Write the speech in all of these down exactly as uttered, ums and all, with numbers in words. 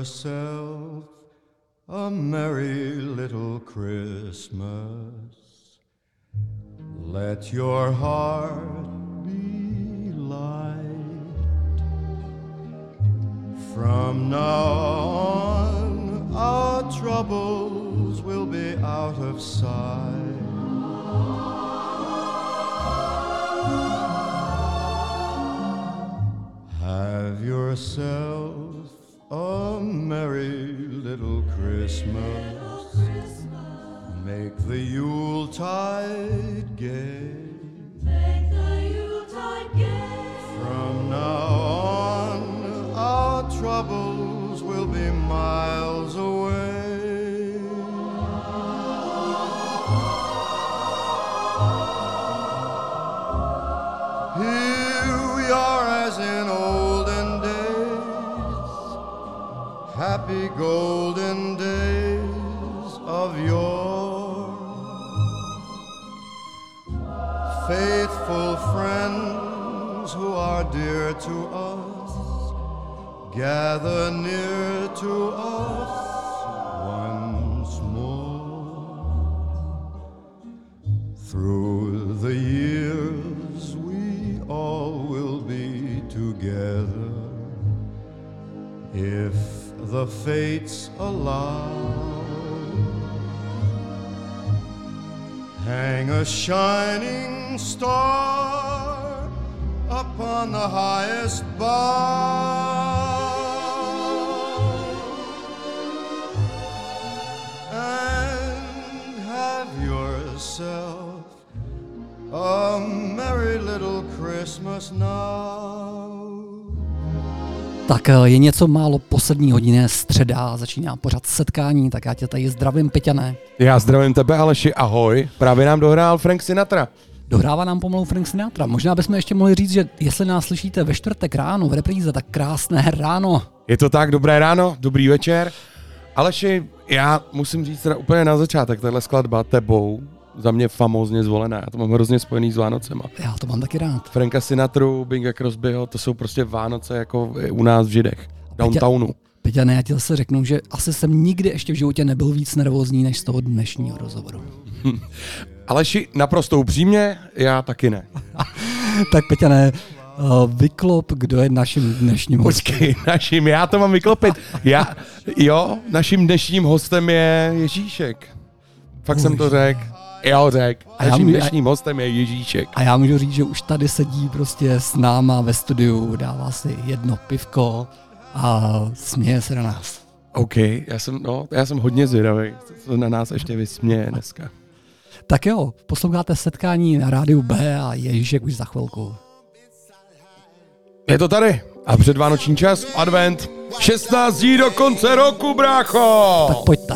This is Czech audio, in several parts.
yourself a merry little Christmas. Let your heart be light. From now on, our troubles will be out of sight. Have yourself a merry little Christmas. Make the Yuletide gay. Make the Yuletide gay. From now on, our troubles will be miles away. Here we are as in olden days, happy golden days of yore. Faithful friends who are dear to us, gather near to us once more. Through the years we all will be together, if the fates allow. Hang a shining star upon the highest bough, and have yourself a merry little Christmas now. Tak je něco málo po sedmé hodině, středa, začíná pořad setkání, tak já tě tady zdravím, Peťané. Já zdravím tebe, Aleši, ahoj. Právě nám dohrál Frank Sinatra. Dohrává nám pomalu Frank Sinatra. Možná bychom ještě mohli říct, že jestli nás slyšíte ve čtvrtek ráno v repríze, tak krásné ráno. Je to tak, dobré ráno, dobrý večer. Aleši, já musím říct teda úplně na začátek, tahle skladba tebou za mě famózně zvolená. Já to mám hrozně spojený s Vánocema. Já to mám taky rád. Franka Sinatru, Binga Crosbyho, to jsou prostě Vánoce jako u nás v Židech. Downtownu. Peťane, já ti zase řeknu, že asi jsem nikdy ještě v životě nebyl víc nervózní než z toho dnešního rozhovoru. Aleši, naprosto upřímně, já taky ne. Tak Peťane, vyklop, kdo je naším dnešním hostem. Počkej, naším, já to mám vyklopit. Já, jo, naším dnešním hostem je Ježíšek. Fakt Uj. jsem to řekl. Jo, řek. Naším můžu, dnešním hostem je Ježíšek. A já můžu říct, že už tady sedí prostě s náma ve studiu, dává si jedno pivko a směje se na nás. OK, já jsem, no, já jsem hodně zvědavý, co na nás ještě vysměje dneska. Tak jo, posloucháte setkání na rádiu B a Ježíšek už za chvilku. Je to tady a předvánoční čas, advent, šestnáct dní do konce roku, brácho! Tak pojďte.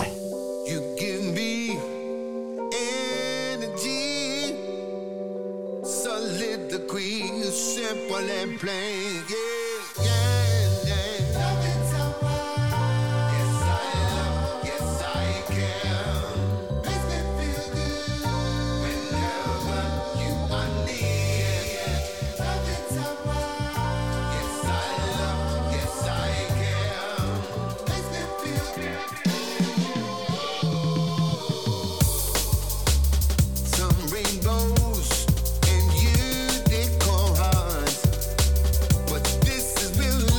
Rainbows and you they call hearts, but this is real.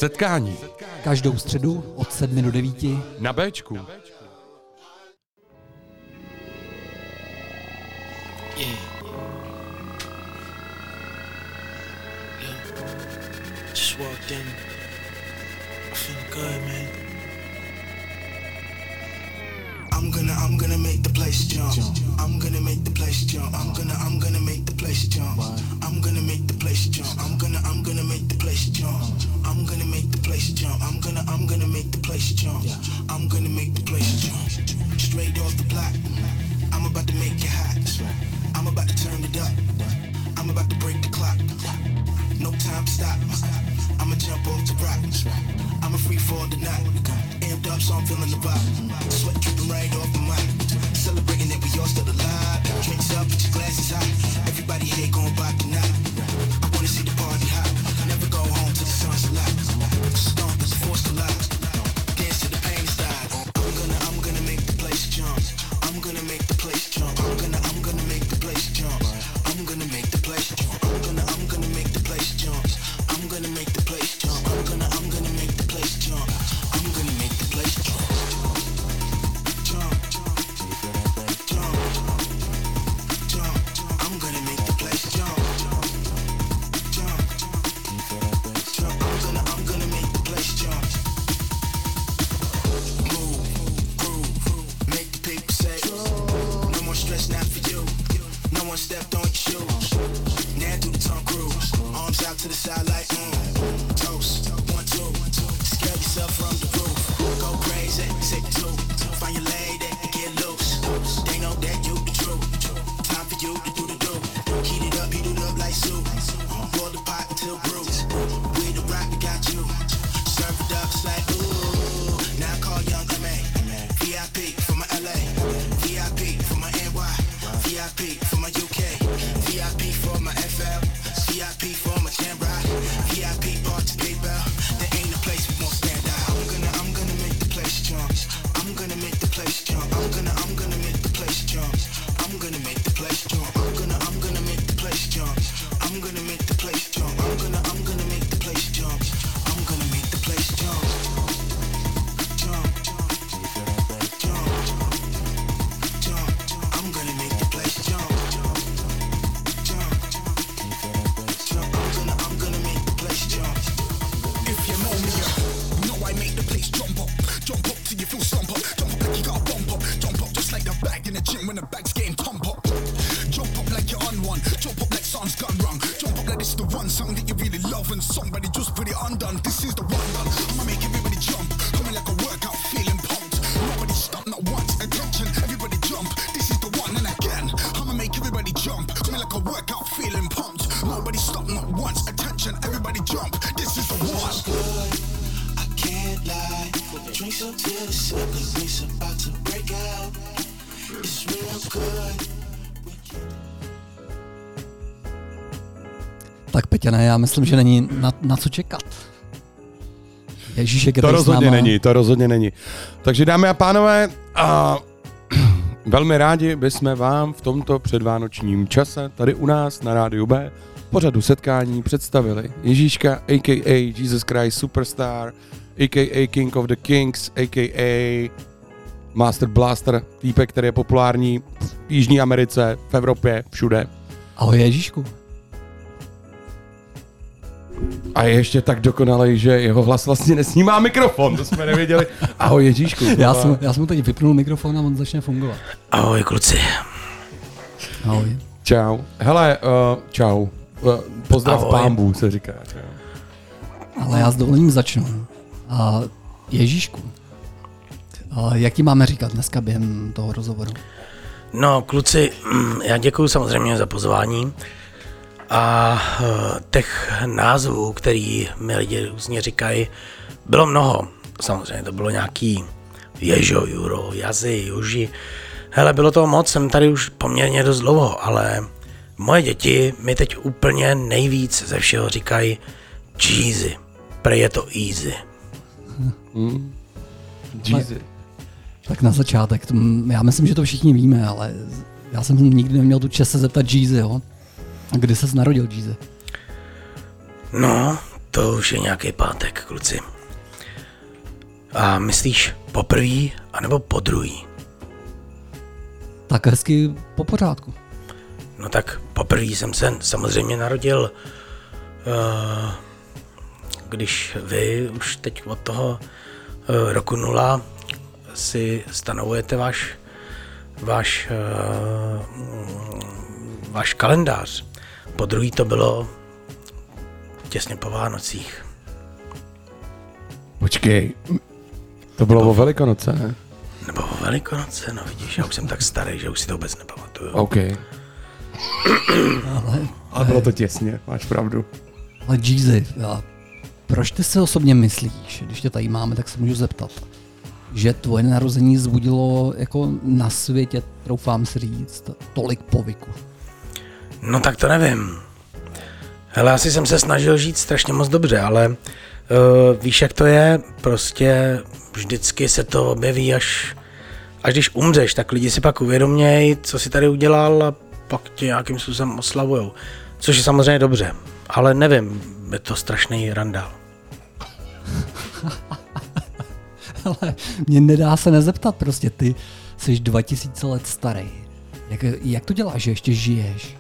Setkání. Každou středu od sedmi do devíti. Na Béčku. Yeah. Yeah. Just walked in. I feel good, man. I'm gonna, I'm gonna make the place jump. I'm gonna make the place jump. I'm gonna, I'm gonna make the place jump. I'm gonna make the place jump. I'm gonna, I'm gonna make the place jump. I'm gonna make the place jump. I'm gonna, I'm gonna make the place jump. I'm gonna make the place jump. Straight off the block. I'm about to make it hot. I'm about to turn it up. I'm about to break the clock. No time to stop. I'ma jump off the rock. I'ma free fall tonight. Amped up, so I'm feeling the vibe. Sweat dripping right off the mic. Celebrating that we all still alive. Drinks up, put your glasses high. Everybody here going by tonight. I wanna see the party hot. Never go home till the sun's alive. Stomp as the force collide. Dance to the pain style. I'm gonna, I'm gonna make the place jump. I'm gonna make the place jump. I'm gonna, I'm gonna make the place jump. I'm gonna make the place jump. I'm gonna, I'm gonna make the place jump. I'm gonna make the place jump. I'm gonna, I'm gonna make the place jump. I'm gonna make the place jump. Jump, jump, jump, jump. I'm gonna make the place jump. Jump, jump. I'm gonna, I'm gonna make the place jump. Move, groove, make the people say. No more stress, not for you. No one stepped on your shoes. Now do the tongue cruise. Arms out to the side like mm. Toast, one, two. Scare yourself from the roof. Go crazy, sick two. Find your lady and get loose. They know that you the truth. Time for you to do the do. Heat it up, heat it up like soup. Boil the pot until bruised. We the rock, we got you. Serve it up, it's like ooh. Now I call young M A. V I P for my L A. V I P for my N Y. V I P for my U K. V I P for my F L. V I P for my Canberra. V I P party people. There ain't a place we won't stand out. I'm gonna, I'm gonna make the place jump. I'm gonna make the place jump. I'm gonna, I'm gonna make the place jump. I'm gonna make the place jump. I'm gonna, I'm gonna make the place jump. I'm gonna make the place jump. I'm gonna, I'm gonna make the place jump. I'm gonna make the place jump. Jump, jump, jump. I'm gonna make the place jump. Jump, jump. I'm gonna, I'm gonna make the place jump. If you know me, you know I make the place jump up. Jump up till you feel slump up. Jump up like you got a bump up. Jump up just like the bag in the gym when the bag's getting pump up. Jump up like you're on one. Jump up like son's gone wrong. Jump up like this is the one song that you really love and somebody just put it undone. This is the one done. I'ma make everybody jump. Coming like a workout, feeling pumped. Nobody stop, not once. Attention, everybody jump. This is the one and again. I'ma make everybody jump. Coming like a workout, feeling pumped. Nobody stop, not once. Attention, everybody jump. This is the one. Good, I can't lie. Drinks up till the sun, cause it's about to break out. It's real good. Tak Peťane, já myslím, že není na, na co čekat. Ježíšek je To tady rozhodně s náma. není, to rozhodně není. Takže dámy a pánové, a velmi rádi bychom vám v tomto předvánočním čase tady u nás na Rádiu B pořadu setkání představili Ježíška, a k a. Jesus Christ Superstar, a k a. King of the Kings, a k a. Master Blaster, týpek, který je populární v Jižní Americe, v Evropě, všude. Ahoj Ježíšku. A je ještě tak dokonalej, že jeho hlas vlastně nesnímá mikrofon, to jsme nevěděli. Ahoj Ježíšku. Já jsem, já jsem mu teď vypnul mikrofon a on začne fungovat. Ahoj kluci. Ahoj. Čau. Hele, uh, čau. Uh, pozdrav Ahoj. pámbu, se říká. Čau. Ale já s dovolením začnu. A Ježíšku, a jak ti máme říkat dneska během toho rozhovoru? No kluci, já děkuju samozřejmě za pozvání. A těch názvů, který mi lidi různě říkají, bylo mnoho. Samozřejmě to bylo nějaký Ježo, Juro, Jazy, Juži. Hele, bylo toho moc, jsem tady už poměrně dost dlouho, ale moje děti mi teď úplně nejvíc ze všeho říkají Jeezy. Prej je to easy. Hmm. Jeezy. Tak na začátek, to, já myslím, že to všichni víme, ale já jsem nikdy neměl tu čest se zeptat Jeezy, jo? A kdy ses narodil, Jeezy? No, to už je nějaký pátek, kluci. A myslíš poprvý, anebo podruhý? Tak hezky po pořádku. No tak poprvý jsem se samozřejmě narodil, uh, když vy už teď od toho uh, roku nula si stanovujete váš, váš, uh, váš kalendář. Podruhý to bylo těsně po Vánocích. Počkej, to bylo o Velikonoce, ne? Nebo o Velikonoce, no vidíš, já už jsem tak starý, že už si to vůbec nepamatuju. OK. Ale, Ale bylo to těsně, máš pravdu. ale Jeezy, a proč ty si osobně myslíš, když tě tady máme, tak se můžu zeptat, že tvoje narození zbudilo jako na světě, troufám si říct, tolik povyku? No tak to nevím. Hele, asi jsem se snažil žít strašně moc dobře, ale uh, víš, jak to je, prostě vždycky se to objeví až, až když umřeš, tak lidi si pak uvědomějí, co si tady udělal a pak tě nějakým způsobem oslavujou. Což je samozřejmě dobře, ale nevím, je to strašný randál. Ale mě nedá se nezeptat, prostě ty jsi dva tisíce let starý. Jak, jak to děláš, že ještě žiješ?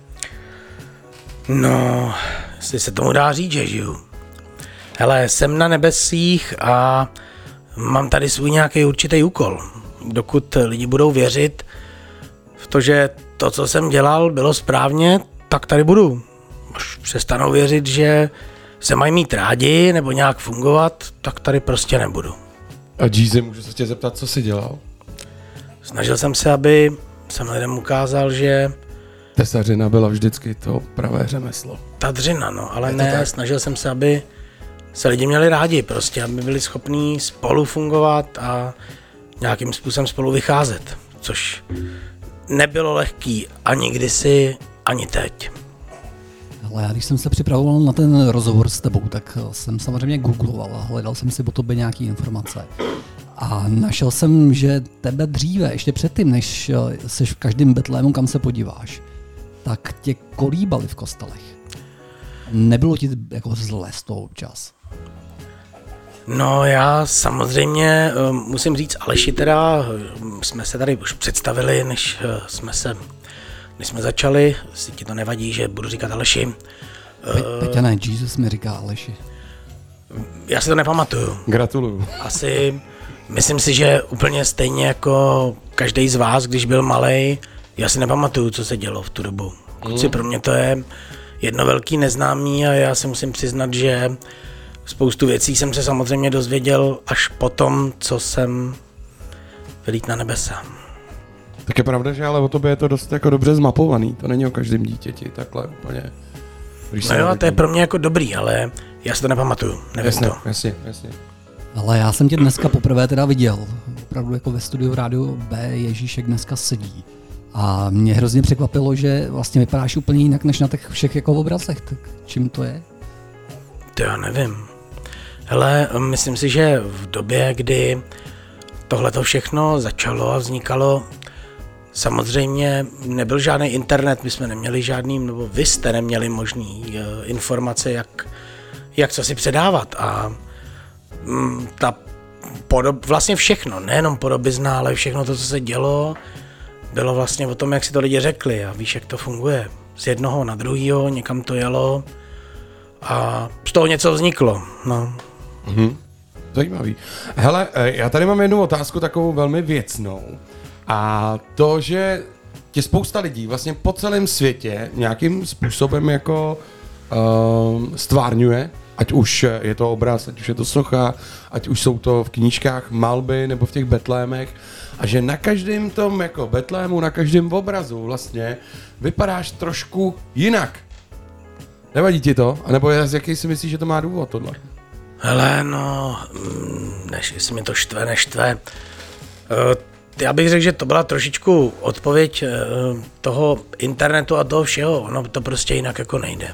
No, jestli se tomu dá říct, že žiju. Hele, jsem na nebesích a mám tady svůj nějaký určitý úkol. Dokud lidi budou věřit v to, že to, co jsem dělal, bylo správně, tak tady budu. Až přestanou věřit, že se mají mít rádi nebo nějak fungovat, tak tady prostě nebudu. A Jeezy, můžu se tě zeptat, co jsi dělal? Snažil jsem se, aby jsem lidem ukázal, že Tesařina byla vždycky to pravé řemeslo. ta dřina, no, ale Je to ne, tak? snažil jsem se, aby se lidi měli rádi, prostě, aby byli schopní spolu fungovat a nějakým způsobem spolu vycházet, což nebylo lehký ani kdysi, ani teď. Ale já když jsem se připravoval na ten rozhovor s tebou, tak jsem samozřejmě googloval a hledal jsem si o tobě nějaké informace. A našel jsem, že tebe dříve, ještě předtím, než jsi v každém betlému, kam se podíváš, tak tě kolíbali v kostelech. Nebylo ti jako zle z toho občas? No já samozřejmě musím říct, Aleši teda, jsme se tady už představili, než jsme se, než jsme začali, si ti to nevadí, že budu říkat Aleši. Pe- Peťa ne, Jesus mi říká Aleši. Já si to nepamatuju. Gratuluju. Asi, myslím si, že úplně stejně jako každý z vás, když byl malej, já si nepamatuju, co se dělo v tu dobu. Kluci, pro mě to je jedno velký neznámý a já si musím přiznat, že spoustu věcí jsem se samozřejmě dozvěděl až potom, co jsem vylít na nebesa. Tak je pravda, že ale o tobě je to dost jako dobře zmapovaný. To není o každém dítěti, takhle úplně. Když No jo, to je pro mě jako dobrý, ale já si to nepamatuju, nevím jasně, to. jasně, jasně. Ale já jsem tě dneska poprvé teda viděl. Opravdu jako ve studiu Rádio B Ježíšek dneska sedí. A mě hrozně překvapilo, že vlastně vypadáš úplně jinak než na těch všech jako obrazech. Tak čím to je? To já nevím. Hele, myslím si, že v době, kdy tohleto všechno začalo a vznikalo, samozřejmě nebyl žádný internet, my jsme neměli žádný, nebo vy jste neměli možný uh, informace, jak, jak co si předávat. A mm, ta podob, vlastně všechno, nejenom podobizna, ale všechno to, co se dělo, bylo vlastně o tom, jak si to lidi řekli a víš, jak to funguje. Z jednoho na druhýho, někam to jelo a z toho něco vzniklo. No. Mhm. Zajímavý. Hele, já tady mám jednu otázku takovou velmi věcnou. A to, že tě spousta lidí vlastně po celém světě nějakým způsobem jako uh, stvárňuje, ať už je to obraz, ať už je to socha, ať už jsou to v knížkách malby nebo v těch betlémech, a že na každém tom jako betlému, na každém obrazu vlastně vypadáš trošku jinak. Nevadí ti to? A nebo z jaký si myslíš, že to má důvod tohle? Hele, no, než jestli mi to štve, neštve. Já bych řekl, že to byla trošičku odpověď toho internetu a toho všeho. Ono to prostě jinak jako nejde.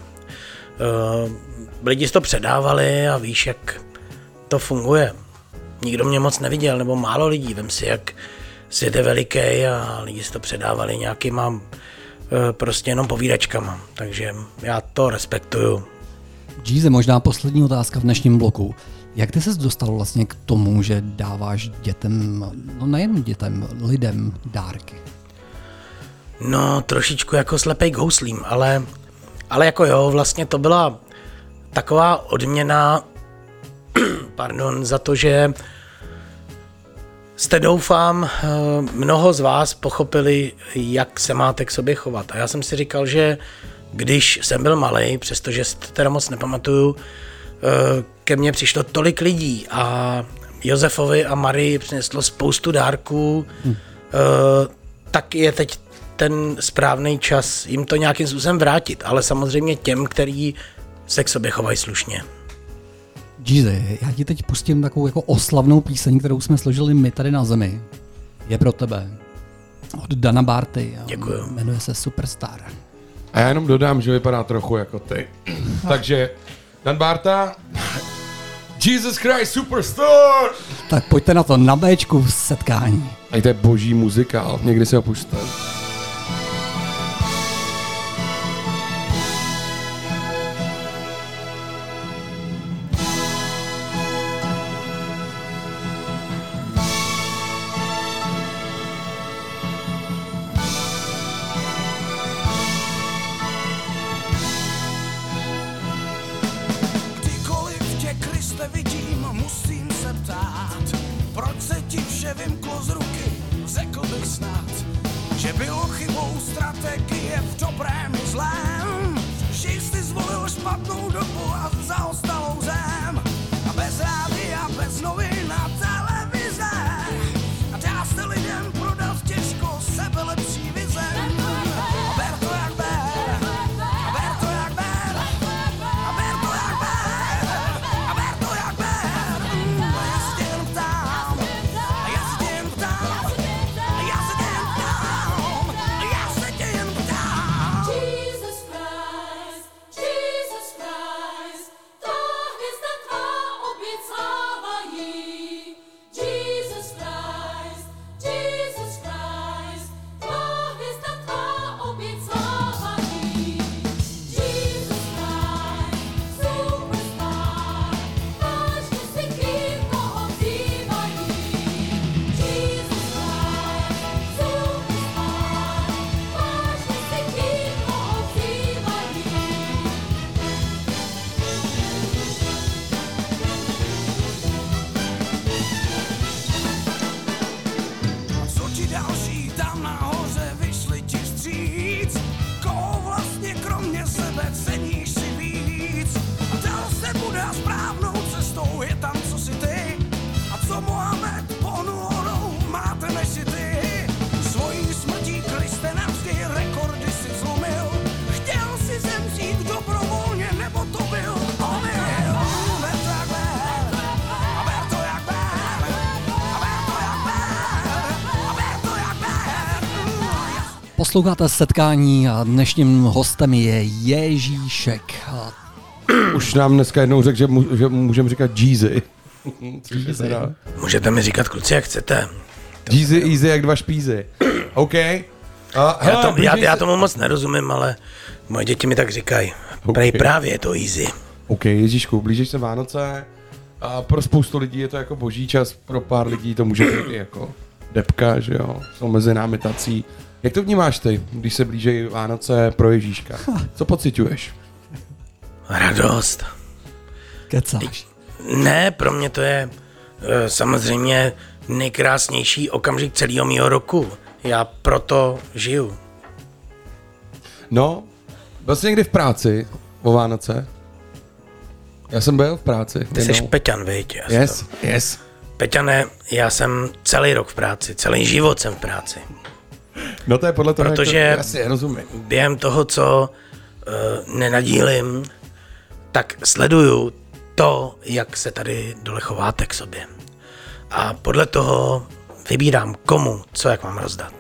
Lidi si to předávali a víš, jak to funguje. Nikdo mě moc neviděl, nebo málo lidí. Vem si, jak svět je veliký a lidi si to předávali nějakýma prostě jenom povídačkama. Takže já to respektuju. Jeezy, možná poslední otázka v dnešním bloku. Jak ty ses dostal vlastně k tomu, že dáváš dětem, no nejen dětem, lidem dárky? No, trošičku jako slepej k houslím, ale, ale jako jo, vlastně to byla taková odměna, pardon, za to, že jste, doufám, mnoho z vás pochopili, jak se máte k sobě chovat. A já jsem si říkal, že když jsem byl malej, přestože si to teda moc nepamatuju, ke mně přišlo tolik lidí a Josefovi a Marii přineslo spoustu dárků, hmm. tak je teď ten správný čas jim to nějakým způsobem vrátit, ale samozřejmě těm, který se k sobě chovají slušně. Jeezy, já ti teď pustím takovou jako oslavnou píseň, kterou jsme složili my tady na zemi. Je pro tebe. Od Dana Barty. Děkuju. Jmenuje se Superstar. A já jenom dodám, že vypadá trochu jako ty. Takže Dan Barta, Jesus Christ Superstar! Tak pojďte na to, na Bčku v setkání. A to je boží muzikál, někdy si ho pušte. Posloucháte setkání a dnešním hostem je Ježíšek. Už nám dneska jednou řekl, že, mu, že můžeme říkat Jeezy. Můžete mi říkat, kluci, jak chcete. Jeezy, easy, jak dva špízy. OK. A, hele, já, to, já, já tomu moc nerozumím, ale moje děti mi tak říkají. Okay. Prej právě je to easy. OK, Ježíšku, blíží se Vánoce. A pro spoustu lidí je to jako boží čas, pro pár lidí to může být jako depka, že jo. Jsou mezi námi tací. Jak to vnímáš ty, když se blíží Vánoce pro Ježíška? Co pociťuješ? Radost. Kecáš. Ne, pro mě to je e, samozřejmě nejkrásnější okamžik celého mýho roku. Já proto žiju. No, byl jsi někdy v práci o Vánoce? Já jsem byl v práci. Ty jsi Peťan, viď? Yes, yes. Peťane, já jsem celý rok v práci, celý život jsem v práci. No to je podle toho, protože jak to, jasně, rozumím. Během toho, co uh, nenadílím, tak sleduju to, jak se tady dole chováte k sobě. A podle toho vybírám komu, co jak mám rozdat.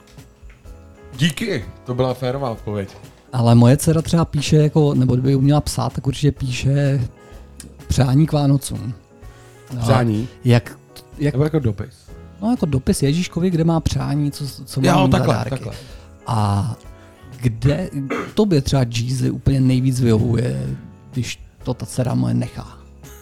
Díky, to byla férová odpověď. Ale moje dcera třeba píše, jako, nebo kdyby uměla psát, tak určitě píše přání k Vánocům. Přání? Jak, jak, nebo jako dopis? No jako dopis Ježíškovi, kde má přání, co, co má jo, za takhle, dárky. takhle. A kde tobě třeba Jeezy úplně nejvíc vyhovuje, když to ta dcera moje nechá.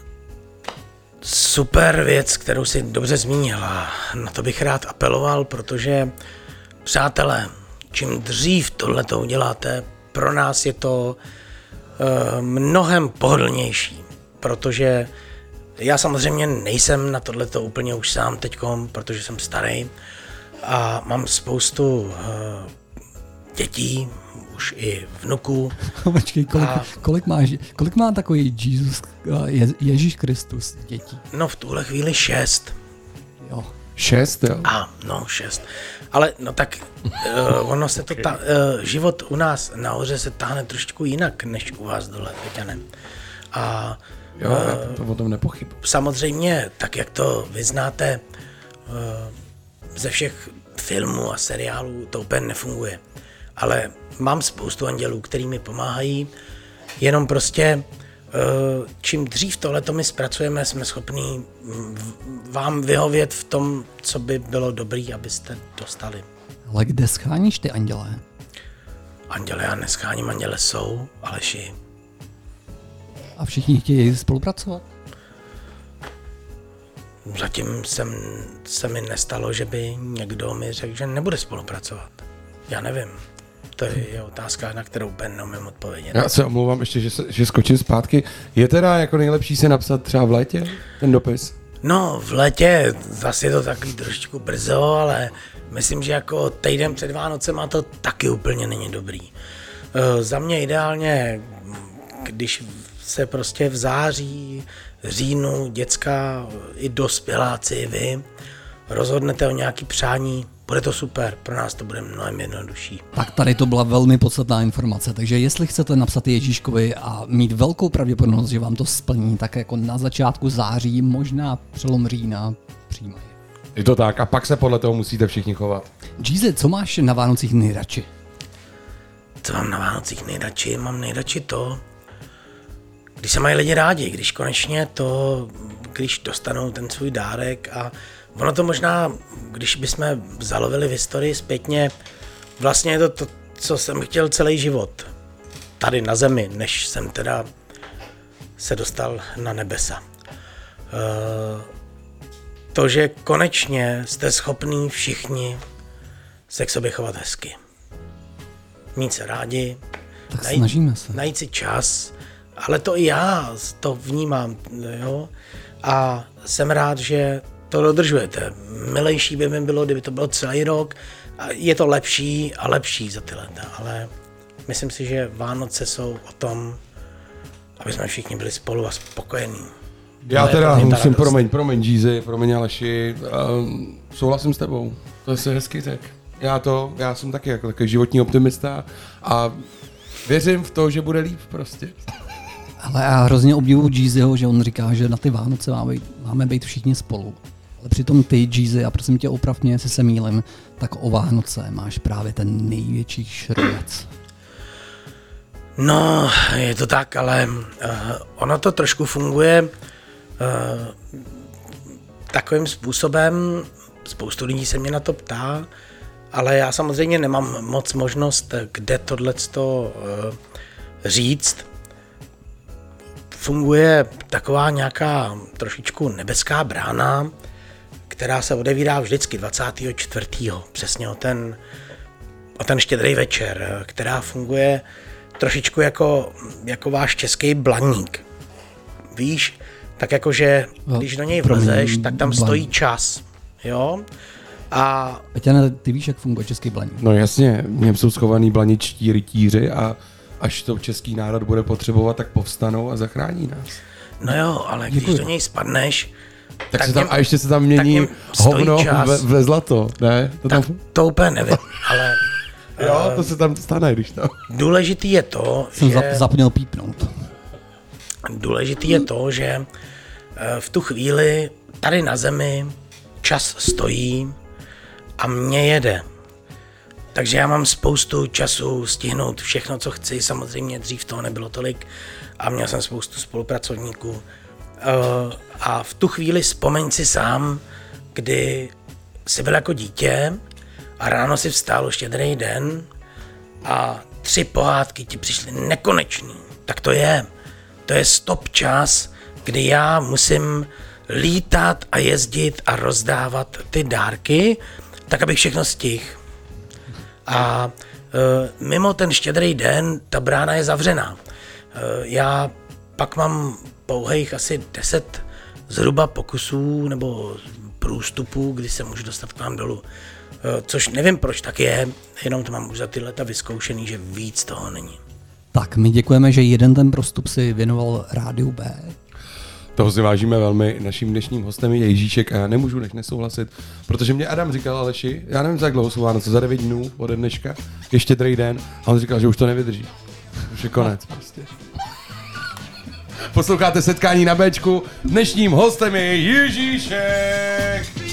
Super věc, kterou si dobře zmínila. Na to bych rád apeloval, protože přátelé, čím dřív tohleto uděláte, pro nás je to uh, mnohem pohodlnější, protože já samozřejmě nejsem na tohleto úplně už sám teďkom, protože jsem starý a mám spoustu uh, dětí, už i vnuků. Počkej, kolik, A- kolik, máš, kolik má takový Jesus, Je, Ježíš Kristus dětí? No v tuhle chvíli šest. Jo. Šest, jo? A, no, šest. Ale, no tak, uh, ono se to, ta, uh, život u nás nahoře se táhne trošičku jinak, než u vás dole, Peťane. A Jo, já to o tom nepochybuji. samozřejmě, tak jak to vy znáte, uh, ze všech filmů a seriálů to úplně nefunguje. Ale mám spoustu andělů, který mi pomáhají, jenom prostě uh, čím dřív tohleto my zpracujeme, jsme schopní v- vám vyhovět v tom, co by bylo dobrý, abyste dostali. Ale kde scháníš ty andělé? Anděle, já nescháním, anděle jsou, Aleši. A všichni chtějí spolupracovat? Zatím jsem, se mi nestalo, že by někdo mi řekl, že nebude spolupracovat. Já nevím. To je otázka, na kterou úplně neumím odpovědět. Já se omlouvám ještě, že, se, že skočím zpátky. Je teda jako nejlepší se napsat třeba v létě ten dopis? No, v létě zase je to takový trošičku brzo, ale myslím, že jako týden před Vánocema to taky úplně není dobrý. E, za mě ideálně, když se prostě v září, říjnu, děcka i dospěláci, vy rozhodnete o nějaký přání, bude to super, pro nás to bude mnohem jednodušší. Tak tady to byla velmi podstatná informace, takže jestli chcete napsat Ježíškovi a mít velkou pravděpodobnost, že vám to splní, tak jako na začátku září, možná přelom října, přijímají. Je to tak a pak se podle toho musíte všichni chovat. Jeezy, co máš na Vánocích nejradši? Co mám na Vánocích nejradši? Mám nejradši to, když se mají lidi rádi, když konečně to, když dostanou ten svůj dárek a ono to možná, když bychom zalovili v historii zpětně, vlastně je to to, co jsem chtěl celý život. Tady na zemi, než jsem teda se dostal na nebesa. Uh, to, že konečně jste schopní všichni se k sobě chovat hezky. Mít se rádi, Tak najít, snažíme se. najít si čas, ale to i já to vnímám, jo. A jsem rád, že to dodržujete. Milejší by mi bylo, kdyby to bylo celý rok. A je to lepší a lepší za ty leta, ale myslím si, že Vánoce jsou o tom, aby jsme všichni byli spolu a spokojení. Já To je teda pro mě ta musím, radost. promiň, promiň Jeezy, promiň Aleši, um, souhlasím s tebou, to se hezky řek. Já to, já jsem taky jako takový životní optimista a věřím v to, že bude líp prostě. Ale já hrozně obdivuju Jeezyho, že on říká, že na ty Vánoce máme být, máme být všichni spolu. Ale přitom ty, Jeezy, a prosím tě oprav mě, jestli se mýlim, tak o Vánoce máš právě ten největší šrujec. No, je to tak, ale uh, ono to trošku funguje uh, takovým způsobem, spoustu lidí se mě na to ptá, ale já samozřejmě nemám moc možnost, kde tohleto uh, říct. Funguje taková nějaká trošičku nebeská brána, která se otevírá vždycky dvacátého čtvrtého přesně o ten, o ten štědrý večer, která funguje trošičku jako, jako váš český blaník. Víš, tak jakože, když do něj Promiň, vlezeš, tak tam stojí blaník. čas, jo? A Peťane, ty víš, jak funguje český blaník? No jasně, v něm jsou schovaný blaničtí rytíři a až to český národ bude potřebovat, tak povstanou a zachrání nás. no jo, ale když Děkuju. do něj spadneš, Tak, tak se tam, něm- a ještě se tam tak mění něm stojí hovno čas. ve, ve zlato, ne? To tam, tak to úplně nevím, ale jo, to se tam stane, když to... důležitý je to, Jsem že... zap- zapomněl pípnout. Důležitý je to, že eh, v tu chvíli tady na zemi čas stojí a mě jede. Takže já mám spoustu času stihnout všechno, co chci. Samozřejmě dřív toho nebylo tolik a měl jsem spoustu spolupracovníků. Eh, A v tu chvíli vzpomeň si sám, kdy jsi byl jako dítě a ráno si vstál štědrý den a tři pohádky ti přišly nekonečný. Tak to je. to je stop čas, kdy já musím lítat a jezdit a rozdávat ty dárky, tak abych všechno stihl. A e, mimo ten štědrý den ta brána je zavřená. E, já pak mám pouhých asi deset zhruba pokusů nebo průstupů, kdy se můžu dostat k vám dolů. E, což nevím, proč tak je, jenom to mám už za ty leta vyzkoušený, že víc toho není. Tak my děkujeme, že jeden ten prostup si věnoval Rádiu B. Toho si vážíme velmi. Naším dnešním hostem je Ježíšek a já nemůžu než nesouhlasit, protože mě Adam říkal, Aleši, já nevím, za jak dlouho jsou Vánoce, za devět dnů ode dneška, ještě druhý den, a on říkal, že už to nevydrží. Už je konec prostě. Posloucháte Setkání na Béčku, dnešním hostem je Ježíšek.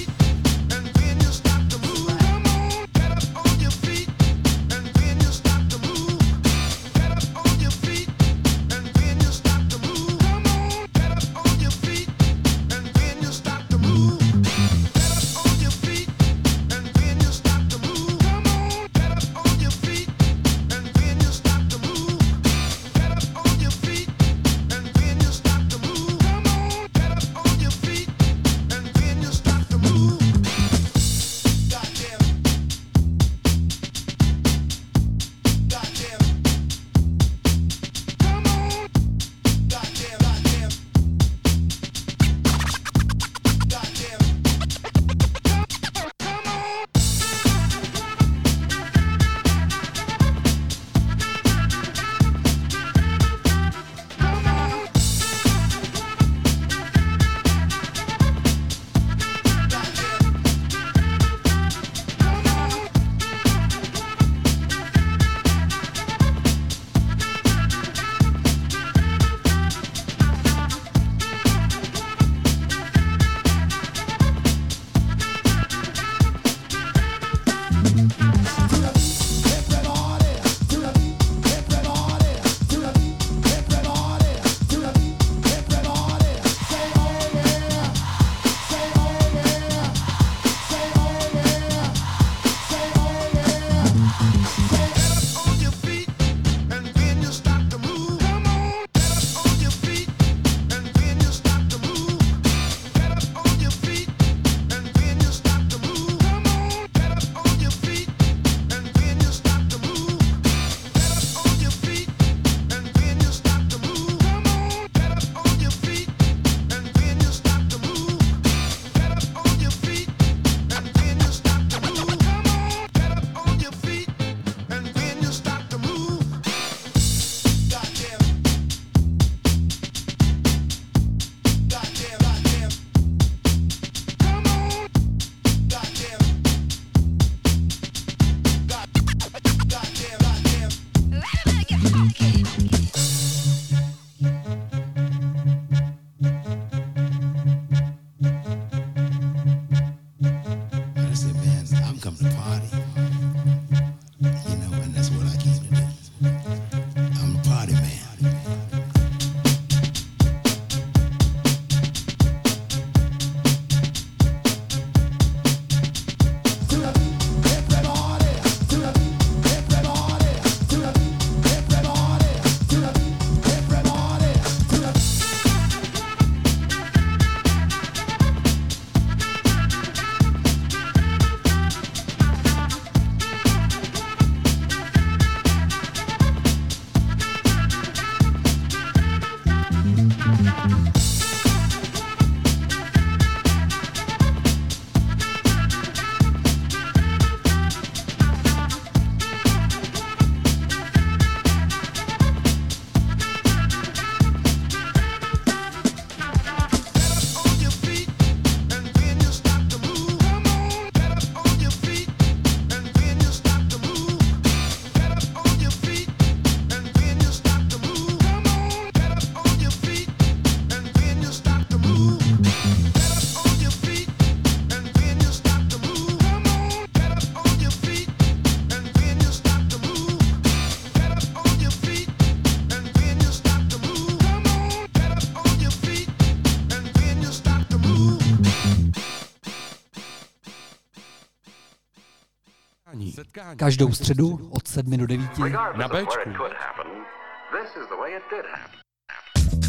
Každou středu od sedmi do devíti na Béčku. This is the way it did happen.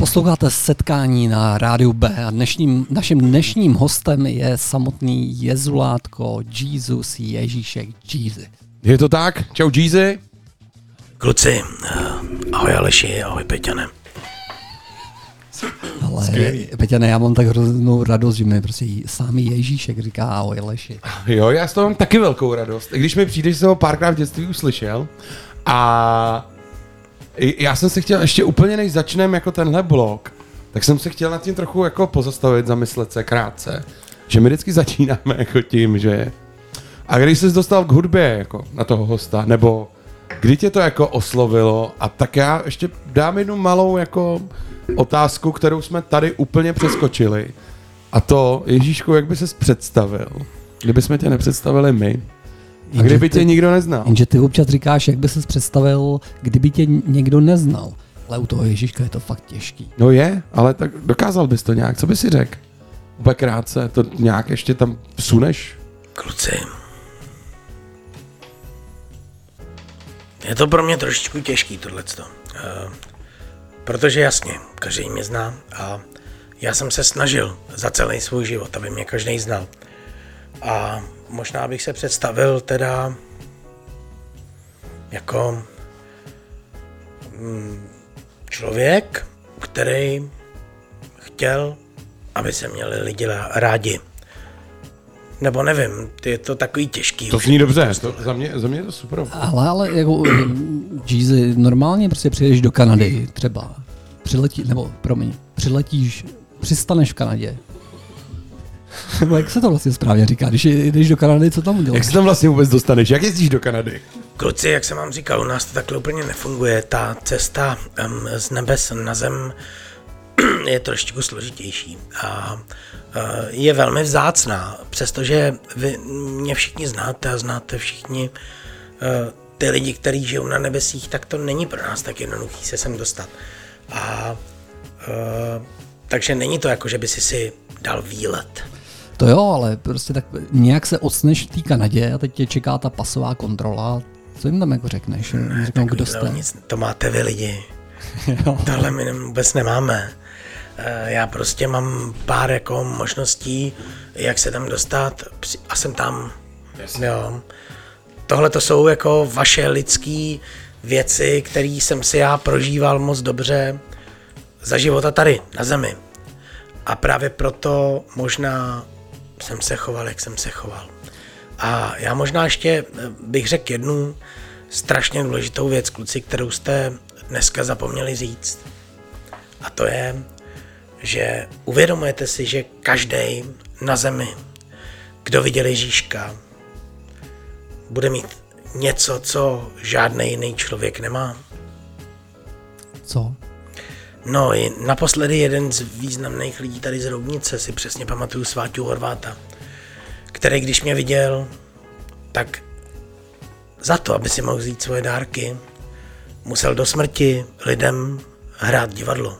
Posloucháte Setkání na rádiu B a dnešním, naším dnešním hostem je samotný Jezulátko, Jesus, Ježíšek, Jeezy. Je to tak? Čau Jeezy. Kluci, ahoj Aleši, ahoj Peťane. Ale Peťane, já mám tak hroznou radost, že mi prostě sám Ježíšek říká ahoj Aleši. Jo, já z toho mám taky velkou radost. I když mi přijde, že jsem ho párkrát v dětství uslyšel. A já jsem se chtěl, ještě úplně než začneme jako tenhle blok, tak jsem se chtěl nad tím trochu jako pozastavit, zamyslet se krátce. Že my vždycky začínáme jako tím, že... A když jsi dostal k hudbě jako na toho hosta, nebo kdy tě to jako oslovilo, a tak já ještě dám jednu malou jako otázku, kterou jsme tady úplně přeskočili. A to, Ježíšku, jak by ses představil, kdyby jsme tě nepředstavili my? A kdyby tě nikdo neznal? Jenže ty občas říkáš, jak by ses představil, kdyby tě někdo neznal. Ale u toho Ježíška je to fakt těžký. No je, ale tak dokázal bys to nějak, co by si řekl? Úplně krátce, to nějak ještě tam vsuneš? Kluci, je to pro mě trošičku těžký tohleto. Uh, protože jasně, každý mě zná a já jsem se snažil za celý svůj život, aby mě každý znal. A možná bych se představil teda jako mm, člověk, který chtěl, aby se měli lidi rádi. Nebo nevím, je to takový těžký. To zní dobře, to, za, mě, za mě je to super. Ale, ale jako Jeezy, normálně prostě přijdeš do Kanady třeba, přiletí, nebo promiň, přiletíš, přistaneš v Kanadě. Nebo jak se to vlastně správně říká, když jdeš do Kanady, co tam uděláš? Jak se tam vlastně vůbec dostaneš, jak jezdíš do Kanady? Kluci, jak jsem vám říkal, u nás to takhle úplně nefunguje, ta cesta um, z nebes na zem je trošičku složitější a uh, je velmi vzácná, přestože vy mě všichni znáte a znáte všichni uh, ty lidi, kteří žijou na nebesích, tak to není pro nás tak jednoduchý se sem dostat. A uh, takže není to jako, že by si si dal výlet. To jo, ale prostě tak nějak se ocneš v té Kanadě a teď tě čeká ta pasová kontrola. Co jim tam jako řekneš? Ne, řeknou, kdo jste? Nic, to máte vy lidi. Tohle my vůbec nemáme. Já prostě mám pár jako možností, jak se tam dostat a jsem tam. Jo. Tohle to jsou jako vaše lidské věci, které jsem si já prožíval moc dobře za života tady, na zemi. A právě proto možná jsem se choval, jak jsem se choval. A já možná ještě bych řekl jednu strašně důležitou věc, kluci, kterou jste dneska zapomněli říct. A to je, že uvědomujete si, že každý na zemi, kdo viděl Ježíška, bude mít něco, co žádný jiný člověk nemá. Co? No, naposledy jeden z významných lidí tady z Roudnice, si přesně pamatuju, Sváťu Horváta, který když mě viděl, tak za to, aby si mohl vzít svoje dárky, musel do smrti lidem hrát divadlo.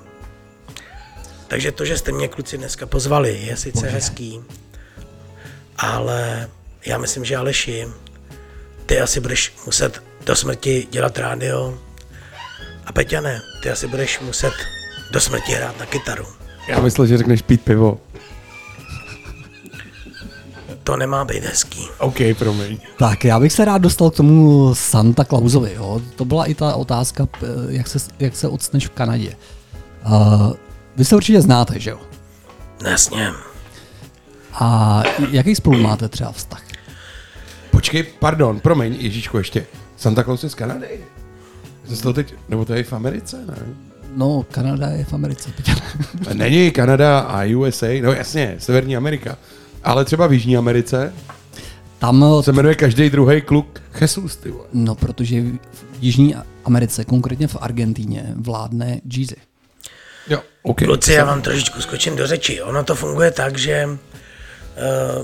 Takže to, že jste mě, kluci, dneska pozvali, je sice Bože. hezký, ale já myslím, že Aleši, ty asi budeš muset do smrti dělat rádio a Peťane, ty asi budeš muset do smrti hrát na kytaru. Já myslel, že řekneš pít pivo. To nemá být hezký. OK, promiň. Tak, já bych se rád dostal k tomu Santa Clausovi. Jo? To byla i ta otázka, jak se, jak se ocneš v Kanadě. Uh, vy se určitě znáte, že jo? Jasně. A jaký spolu máte třeba vztah? Počkej, pardon, promiň, Ježíšku ještě. Santa Claus je z Kanady? Jsi to teď, nebo to je v Americe, ne? No, Kanada je v Americe. Není Kanada a U S A, no jasně, Severní Amerika. Ale třeba v Jižní Americe tam se jmenuje každý druhý kluk Jesus, ty vole. No, protože v Jižní Americe, konkrétně v Argentíně, vládne Jeezy. Jo, okay. Kluci, já vám trošičku skočím do řeči. Ono to funguje tak, že uh,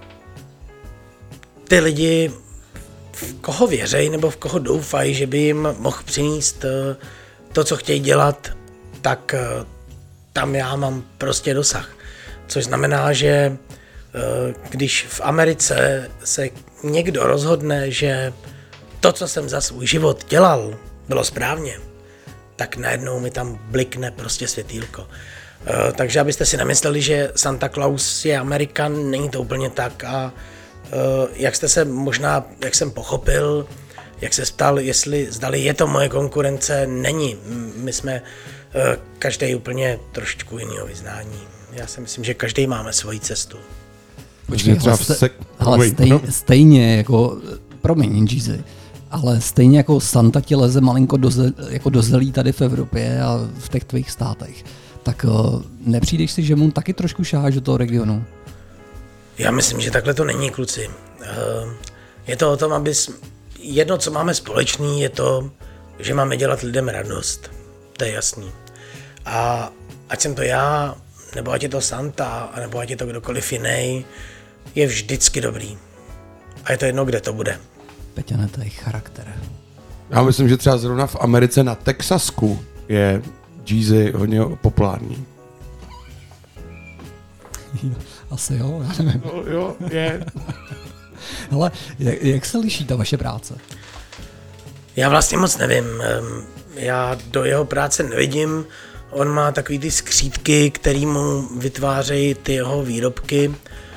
ty lidi v koho věří nebo v koho doufají, že by jim mohl přinést uh, to, co chtějí dělat, tak uh, tam já mám prostě dosah. Což znamená, že uh, když v Americe se někdo rozhodne, že to, co jsem za svůj život dělal, bylo správně, tak najednou mi tam blikne prostě světýlko. Uh, takže abyste si nemysleli, že Santa Claus je Amerikan, není to úplně tak a uh, jak jste se možná, jak jsem pochopil, jak se ptal, jestli zdali je to moje konkurence, není. My jsme uh, každý úplně trošičku jinýho vyznání. Já si myslím, že každý máme svoji cestu. Počkej, ale, ste, ale stej, stejně jako, promiň, Jeezy, ale stejně jako Santa ti leze malinko do, jako do zelí tady v Evropě a v těch tvých státech, tak uh, nepřijdeš si, že mu taky trošku šáháš do toho regionu? Já myslím, že takhle to není, kluci. Uh, je to o tom, aby jedno, co máme společný, je to, že máme dělat lidem radost. To je jasný. A ať jsem to já, nebo ať je to Santa, nebo ať je to kdokoliv jiný, je vždycky dobrý. A je to jedno, kde to bude. Peťane, to je charakter. Já myslím, že třeba zrovna v Americe na Texasku je Jeezy hodně populární. Asi jo, já nevím. No, jo, je. Ale jak, jak se liší ta vaše práce? Já vlastně moc nevím. Já do jeho práce nevidím. On má takový ty skřídky, který mu vytvářejí ty jeho výrobky.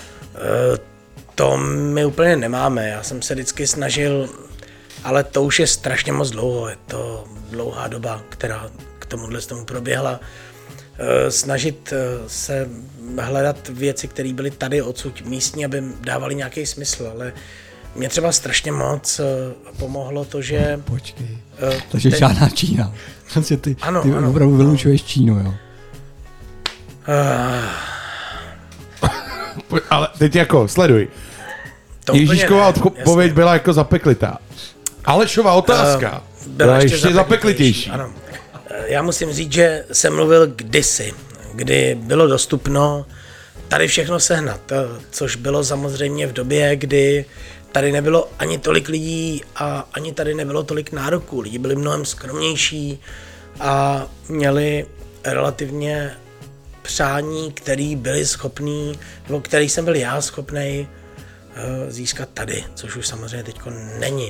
To my úplně nemáme. Já jsem se vždycky snažil, ale to už je strašně moc dlouho. Je to dlouhá doba, která k tomuhle tomu proběhla. Snažit se hledat věci, které byly tady odsud místní, aby dávaly nějaký smysl, ale mě třeba strašně moc pomohlo to, že... Počkej, takže ten... žádná Čína. Vlastně ty, ano, ty ano, opravdu vylučuješ Čínu, jo? Uh... Ale teď jako, sleduj. Ježíškova odpověď byla jako zapeklitá. Alešova otázka uh, byla, byla ještě, ještě zapeklitější. Ano. Já musím říct, že jsem mluvil kdysi, kdy bylo dostupno tady všechno sehnat, což bylo samozřejmě v době, kdy tady nebylo ani tolik lidí a ani tady nebylo tolik nároků. Lidi byli mnohem skromnější a měli relativně přání, který byli schopný, nebo který jsem byl já schopnej získat tady, což už samozřejmě teďko není.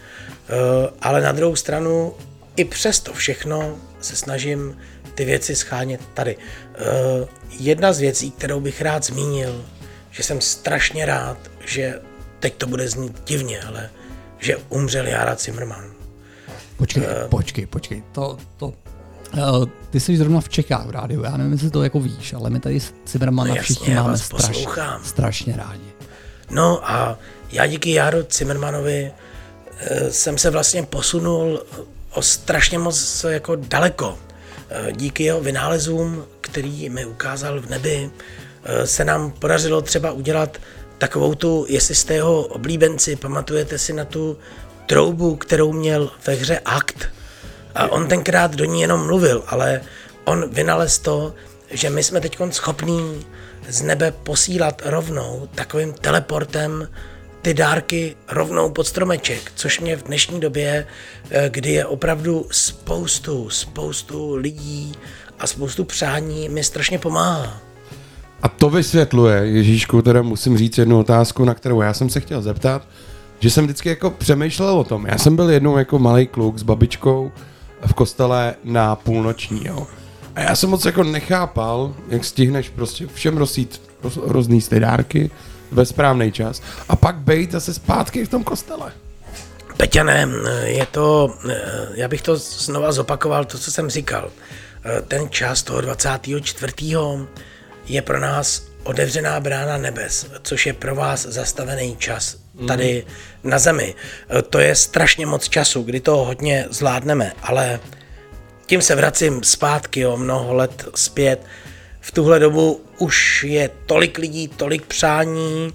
Ale na druhou stranu i přes to všechno se snažím ty věci schánět tady. Uh, jedna z věcí, kterou bych rád zmínil, že jsem strašně rád, že teď to bude znít divně, ale že umřel Jára Cimrman. Počkej, uh, počkej, počkej. To, to, uh, ty jsi zrovna v Čechách v rádiu, já nevím, jestli to jako víš, ale my tady Cimrmana no všichni máme straš, strašně rádi. No a já díky Járu Cimrmanovi uh, jsem se vlastně posunul o strašně moc jako daleko. Díky jeho vynálezům, který mi ukázal v nebi, se nám podařilo třeba udělat takovou tu, jestli jste jeho oblíbenci, pamatujete si na tu troubu, kterou měl ve hře Akt. A on tenkrát do ní jenom mluvil, ale on vynalez to, že my jsme teď schopní z nebe posílat rovnou takovým teleportem ty dárky rovnou pod stromeček, což mě v dnešní době, kdy je opravdu spoustu, spoustu lidí a spoustu přání, mi strašně pomáhá. A to vysvětluje, Ježíšku, teda musím říct jednu otázku, na kterou já jsem se chtěl zeptat, že jsem vždycky jako přemýšlel o tom. Já jsem byl jednou jako malej kluk s babičkou v kostele na půlnoční, jo. A já jsem moc jako nechápal, jak stihneš prostě všem rozsít různý ty dárky ve správný čas a pak bejt zase zpátky v tom kostele. Peťane, je to, já bych to znova zopakoval, to, co jsem říkal. Ten čas toho dvacátého čtvrtého je pro nás otevřená brána nebes, což je pro vás zastavený čas tady mm. na zemi. To je strašně moc času, kdy to hodně zvládneme, ale tím se vracím zpátky o mnoho let zpět. V tuhle dobu už je tolik lidí, tolik přání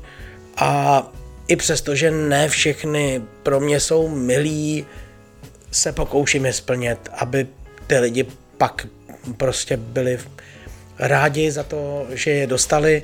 a i přesto, že ne všechny pro mě jsou milí, se pokouším je splnit, aby ty lidi pak prostě byli rádi za to, že je dostali,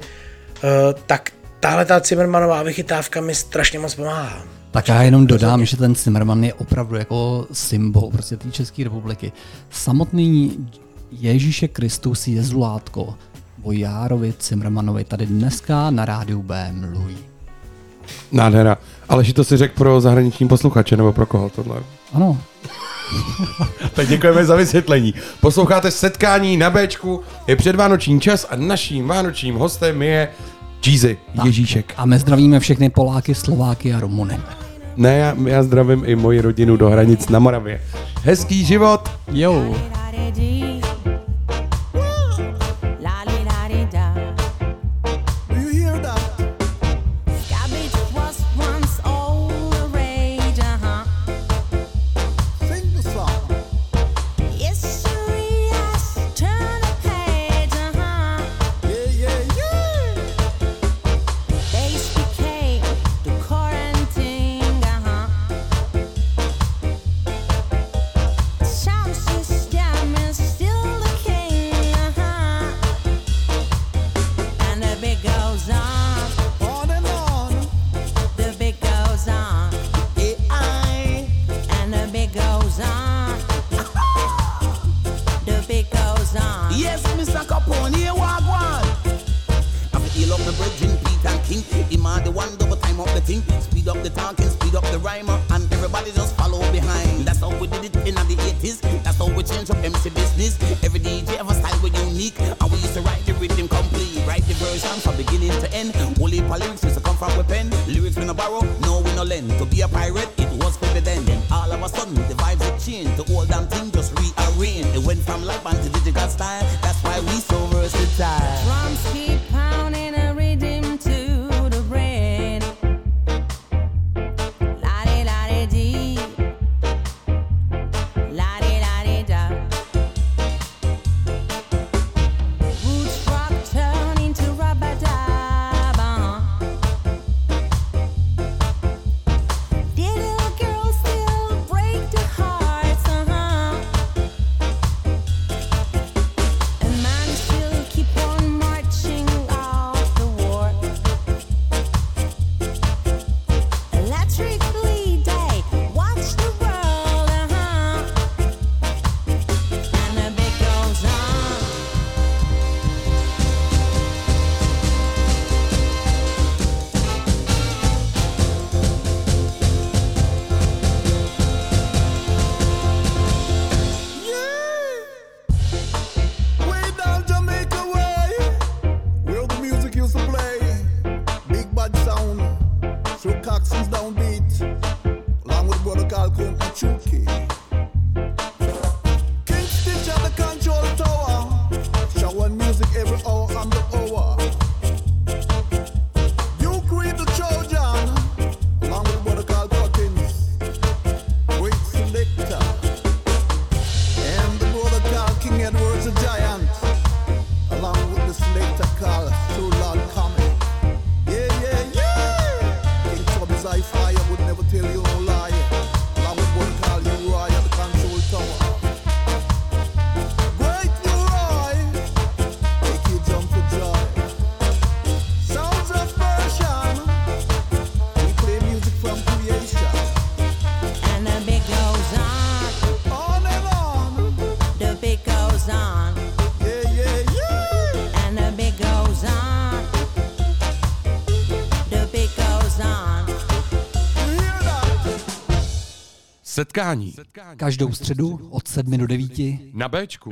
tak tahle ta Cimrmanová vychytávka mi strašně moc pomáhá. Tak já jenom dodám, že ten Cimrman je opravdu jako symbol prostě té České republiky. Samotný Ježíše Kristus Jezulátko o Járovi Cimrmanovi tady dneska na rádiu B mluví. Nádhera. Ale že to si řekl pro zahraniční posluchače, nebo pro koho tohle? Ano. Tak děkujeme za vysvětlení. Posloucháte Setkání na Béčku, je předvánoční čas a naším vánočním hostem je Cheesy, Ježíšek. A my zdravíme všechny Poláky, Slováky a Rumuny. Ne, já, já zdravím i moji rodinu do hranic na Moravě. Hezký život. Jo. Setkání. Každou středu od sedmi do devíti Na Béčku.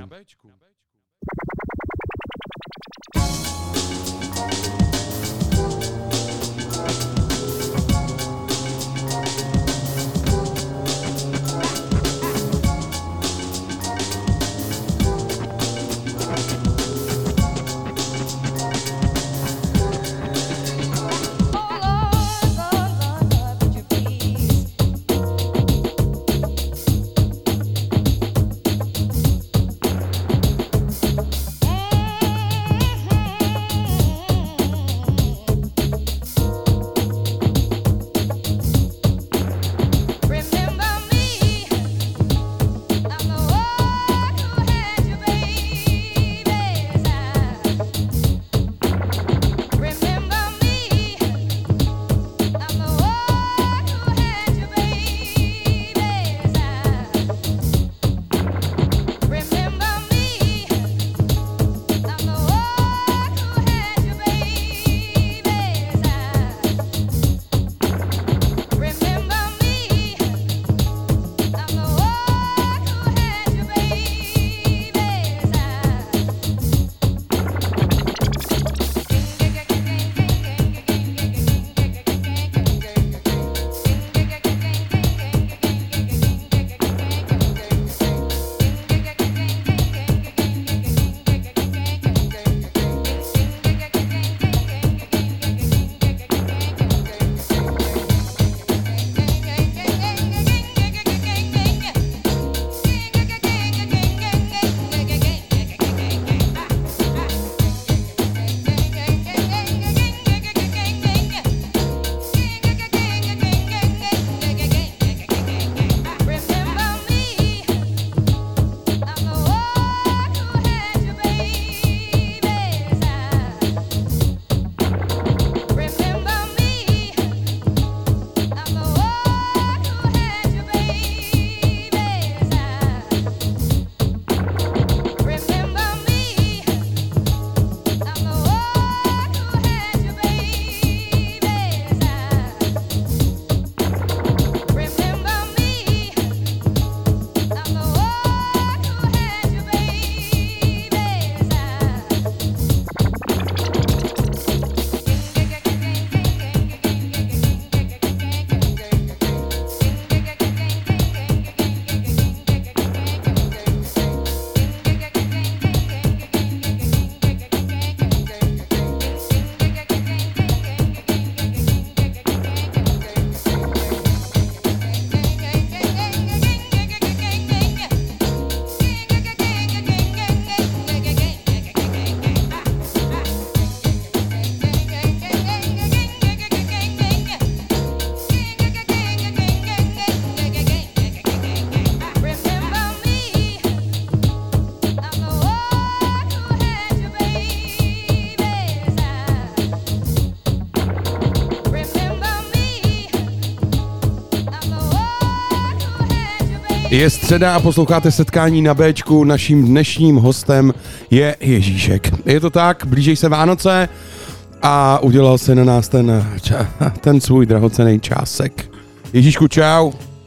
Je středa a posloucháte setkání na Béčku. Naším dnešním hostem je Ježíšek. Je to tak, blíží se Vánoce a udělal se na nás ten, ten svůj drahocenný čásek. Ježíšku, čau.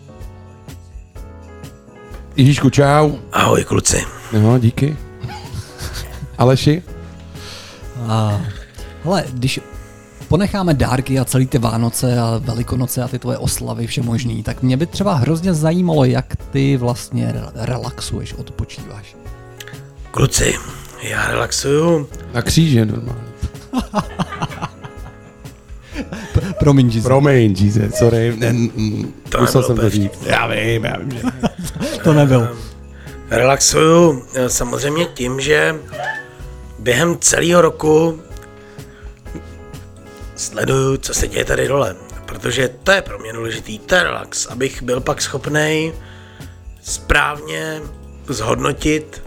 Ježíšku, čau. Ahoj, kluci. No, díky. Aleši? A, hele, když ponecháme dárky a celý ty Vánoce a Velikonoce a ty tvoje oslavy všemožný, tak mě by třeba hrozně zajímalo, jak ty vlastně relaxuješ, odpočíváš. Kluci, já relaxuju. Na kříži normálně. Promiň, Jesus. Promiň, Jesus, sorry. Ne, n- To musel nebylo jsem to úplně říct. Já vím, já vím, že... To nebyl. Relaxuju eh, samozřejmě tím, že během celého roku sleduju, co se děje tady dole, protože to je pro mě důležitý, to je relax, abych byl pak schopnej správně zhodnotit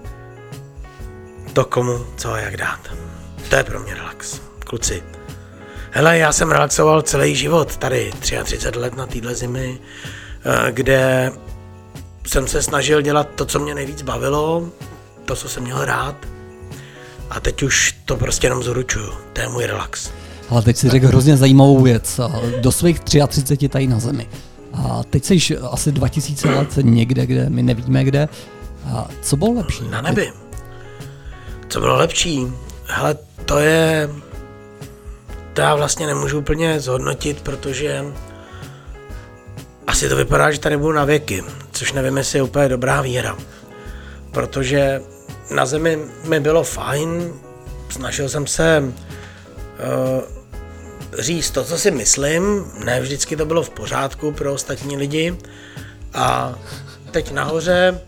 to, komu co a jak dát. To je pro mě relax, kluci. Hele, já jsem relaxoval celý život tady, třicet tři let na téhle zimy, eh, kde jsem se snažil dělat to, co mě nejvíc bavilo, to, co jsem měl rád. A teď už to prostě jenom zručuju. To je můj relax. Ale teď si řekl hrozně zajímavou věc. Do svých třicet tři tady na zemi. A teď jsi asi dva tisíce let někde, kde my nevíme kde. A co bylo lepší? Na nebi. Co bylo lepší? Hele, to je... To já vlastně nemůžu úplně zhodnotit, protože asi to vypadá, že tady budu na věky, což nevím, jestli je úplně dobrá víra. Protože na zemi mi bylo fajn, snažil jsem se uh, říct to, co si myslím, ne vždycky to bylo v pořádku pro ostatní lidi. A teď nahoře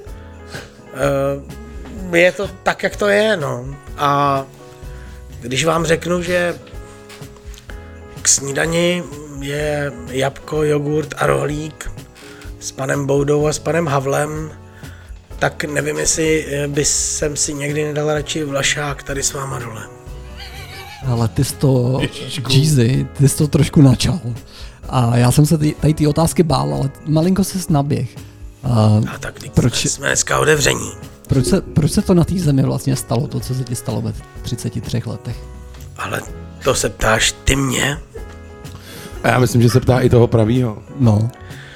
uh, je to tak, jak to je, no. A když vám řeknu, že k snídani je jabko, jogurt a rohlík s panem Boudou a s panem Havlem, tak nevím, jestli by jsem si někdy nedal radši vlašák tady s váma dole. Ale ty jsi to, Jeezy, ty jsi to trošku načal. A já jsem se ty, tady ty otázky bál, ale malinko se naběh. A A tak proč, jsme dneska otevření. proč, se, proč se to na té zemi vlastně stalo, to, co se ti stalo ve třiceti třech letech? Ale to se ptáš ty mě? A já myslím, že se ptá i toho pravýho. No.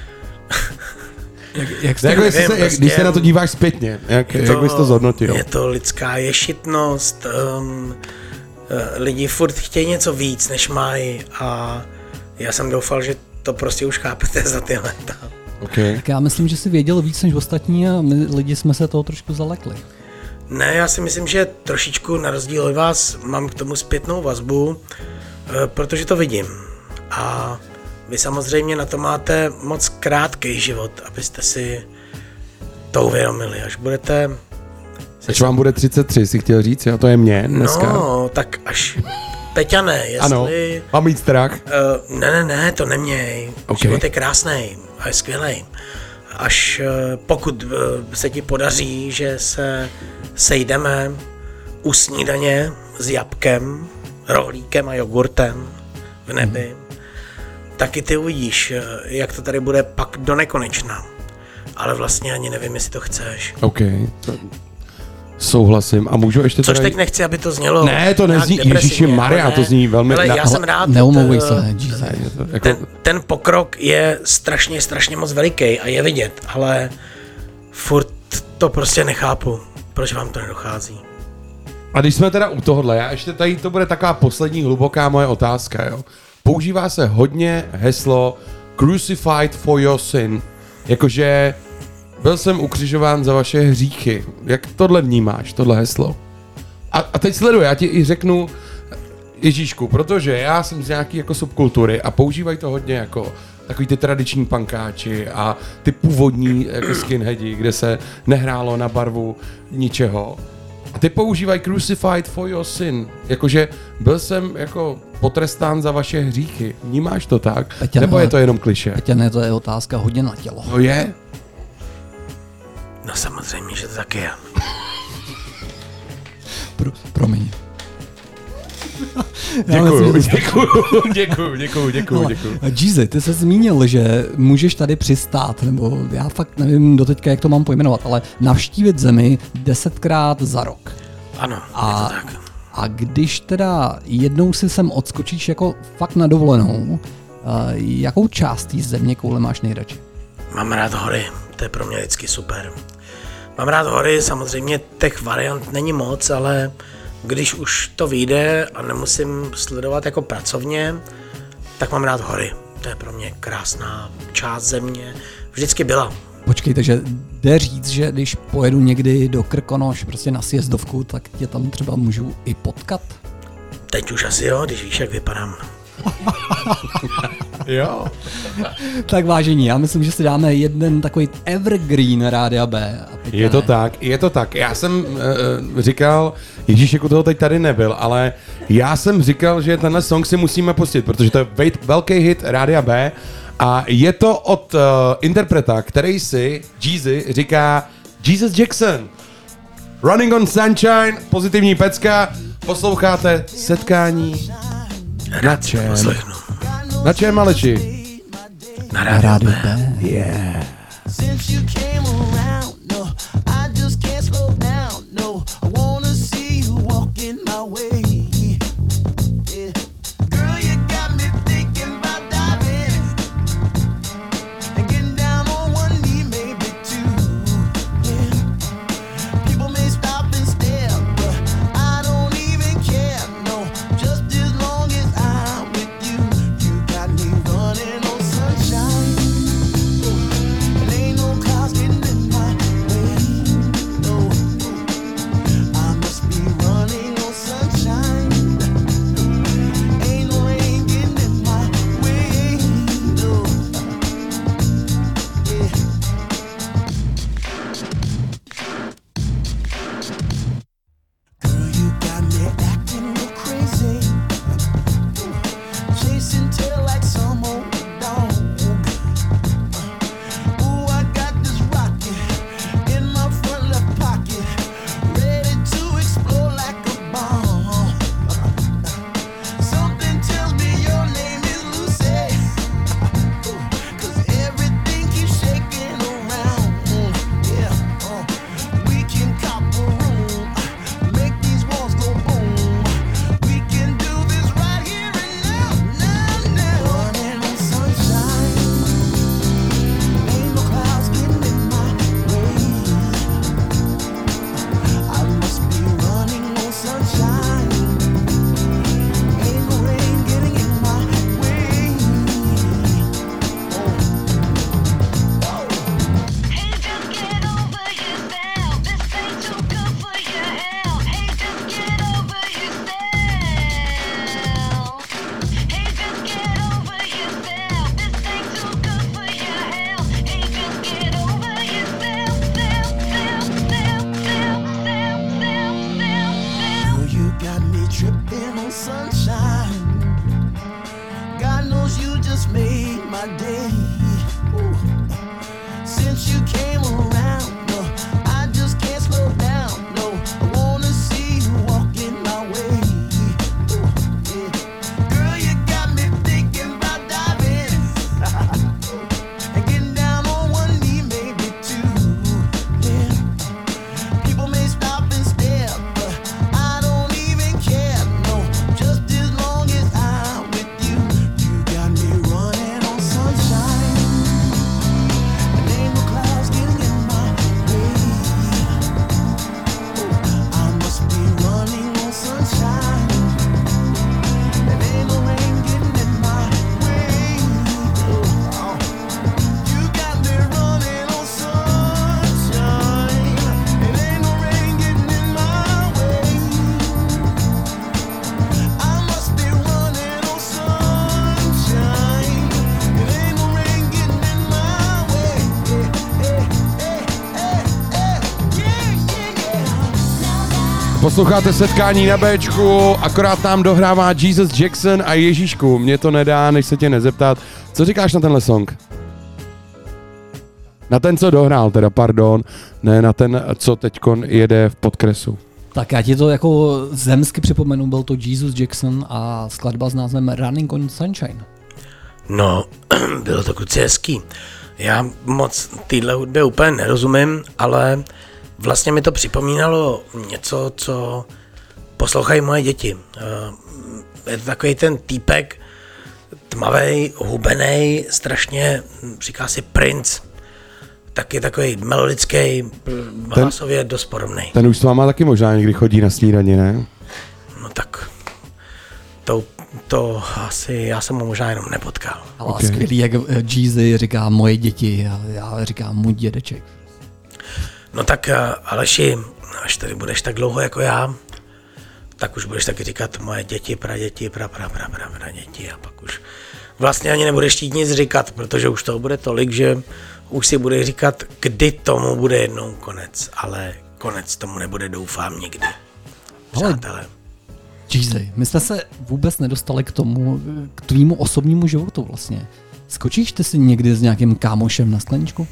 jak, jak jste, Jako nevím, se, jak, prostě- když se na to díváš zpětně, jak, jak bys to zhodnotil? Je to lidská ješitnost, um, lidi furt chtějí něco víc, než mají a já jsem doufal, že to prostě už chápete za ty leta. Okay. Tak já myslím, že jsi věděl víc než ostatní a my lidi jsme se toho trošku zalekli. Ne, já si myslím, že trošičku na rozdíl od vás mám k tomu zpětnou vazbu, protože to vidím. A vy samozřejmě na to máte moc krátký život, abyste si to uvědomili. Až budete... Až vám bude třicet tři, si chtěl říct, jo? To je mě dneska. No, tak až... Peťa ne, jestli... Ano, mám mít strach. Uh, ne, ne, ne, to neměj. Okay. Život je krásný a je skvělý. Až uh, pokud uh, se ti podaří, že se sejdeme u snídaně s jabkem, rohlíkem a jogurtem v nebi, hmm. taky ty uvidíš, uh, jak to tady bude pak do nekonečna. Ale vlastně ani nevím, jestli to chceš. OK. Souhlasím. A můžu ještě Což teda... teď nechci, aby to znělo... Ne, to nezní, Ježíši Maria, to zní velmi... Ale na... já jsem rád... Neumlouvej t- se, Jesus. jako... ten, ten pokrok je strašně, strašně moc veliký a je vidět, ale furt to prostě nechápu, proč vám to nedochází. A když jsme teda u tohohle, já ještě tady, to bude taková poslední hluboká moje otázka, jo. Používá se hodně heslo Crucified for your sin, jakože byl jsem ukřižován za vaše hříchy. Jak tohle vnímáš, tohle heslo? A, a teď sleduj, já ti i řeknu, Ježíšku, protože já jsem z nějaký jako subkultury a používají to hodně jako takový ty tradiční pankáči a ty původní jako skinheadi, kde se nehrálo na barvu ničeho. A ty používají Crucified for your sin, jakože byl jsem jako potrestán za vaše hříchy. Vnímáš to tak? Peťa, Nebo je to jenom klišé? Peťa, ne, to je otázka hodně na tělo. No je? No samozřejmě, že to tak je. Pro, promiň. Děkuju, děkuju, děkuju, děkuju, děkuju, děkuju. Jeezy, ty jsi zmínil, že můžeš tady přistát, nebo já fakt nevím doteďka, jak to mám pojmenovat, ale navštívit zemi desetkrát za rok. Ano, A, je to tak. a když teda jednou si sem odskočíš jako fakt na dovolenou, uh, jakou část té země koule máš nejradši? Mám rád hory, to je pro mě vždycky super. Mám rád hory, samozřejmě těch variant není moc, ale když už to vyjde a nemusím sledovat jako pracovně, tak mám rád hory. To je pro mě krásná část země, vždycky byla. Počkej, takže jde říct, že když pojedu někdy do Krkonoš prostě na sjezdovku, tak tě tam třeba můžu i potkat? Teď už asi jo, když víš, jak vypadám. Jo. Tak vážení, já myslím, že si dáme jeden takový evergreen Rádia B. A Je to tak, je to tak. Já jsem uh, říkal, Ježíš, jako toho teď tady nebyl, ale já jsem říkal, že tenhle song si musíme pustit, protože to je velký hit Rádia B a je to od uh, interpreta, který si, Jeezy, říká Jesus Jackson. Running on Sunshine, pozitivní pecka, posloucháte Setkání na čem? Poslechnu. Na čem, Aleči? Na rádiu Rádio B. B. Yeah. Since you came around, no, I just can't slow down, no. I wanna see you walking my way. Yeah. Girl, you got me thinking about diving and getting down on one knee, maybe two. Yeah. People may stop and stare, but I don't even care, no. Just as long as I'm with you, you got me running on sunshine. And ain't no clouds getting in my way, no. I must be running on sunshine. Ain't no rain getting in my way, no. Yeah. Girl, you got me acting real crazy, chasing tail like some old dog. Ooh, I got this rocket in my front left pocket, ready to explode like a bomb. Something tells me your name is Lucy, 'cause everything keeps shaking around. Yeah, uh, we can cop a room, make these walls go boom. We can do this right here and now, now, now. Running on sunshine, ain't no clouds getting in my way. I must be running on sunshine. Ain't no rain getting in my way. Oh, oh. Hey, just get over yourself. This ain't too good for your health. Hey, just get over yourself. Hey, just get over yourself. This ain't too good for your health. Hey, just get over yourself. Self, self, self, self, self, self, self, self. Girl, you got me tripping on sunshine. God knows you just made my day. Ooh. Since you came around, no, I just can't slow down, no. I wanna see you walking my way. Ooh, yeah. Girl, you got me thinking about diving and getting down on one knee, maybe two. Yeah. People may stop and stare, but I don't even care, no. Just as long as I'm with you, you got me running on sunshine. And ain't no clouds getting in my way. Oh, I must be running on sunshine. And ain't no rain getting in my way. Oh, you got me running on sunshine. And ain't no rain getting in my way. I must be running on sunshine. It ain't no rain getting in my way. Yeah, yeah, yeah, yeah. Posloucháte Setkání na Bčku, akorát nám dohrává Jesus Jackson a Ježíšku, mě to nedá, než se tě nezeptat. Co říkáš na tenhle song? Na ten, co dohrál, teda, pardon, ne na ten, co teďkon jede v podkresu. Tak já ti to jako zemsky připomenu, byl to Jesus Jackson a skladba s názvem Running on Sunshine. No, bylo to kluci hezký. Já moc téhle hudbě úplně nerozumím, ale vlastně mi to připomínalo něco, co poslouchají moje děti. Je to takový ten týpek, tmavej, hubenej, strašně, říká si Prince, taky takový melodický, hlasově dost podobnej. Ten už s váma taky možná někdy chodí na snídani, ne? No tak, to, to asi, já jsem ho možná jenom nepotkal. Ale Okay. skvělý, jak Jeezy říká moje děti a já říkám můj dědeček. No tak Aleši, až tady budeš tak dlouho jako já, tak už budeš taky říkat moje děti, praděti, pra, pra, pra, pra, pra, děti a pak už vlastně ani nebudeš chtít nic říkat, protože už toho bude tolik, že už si budeš říkat, kdy tomu bude jednou konec, ale konec tomu nebude, doufám, nikdy. Přátelé. Jeezy, my jsme se vůbec nedostali k tomu, k tvýmu osobnímu životu vlastně. Skočíš ty si někdy s nějakým kámošem na skleničku?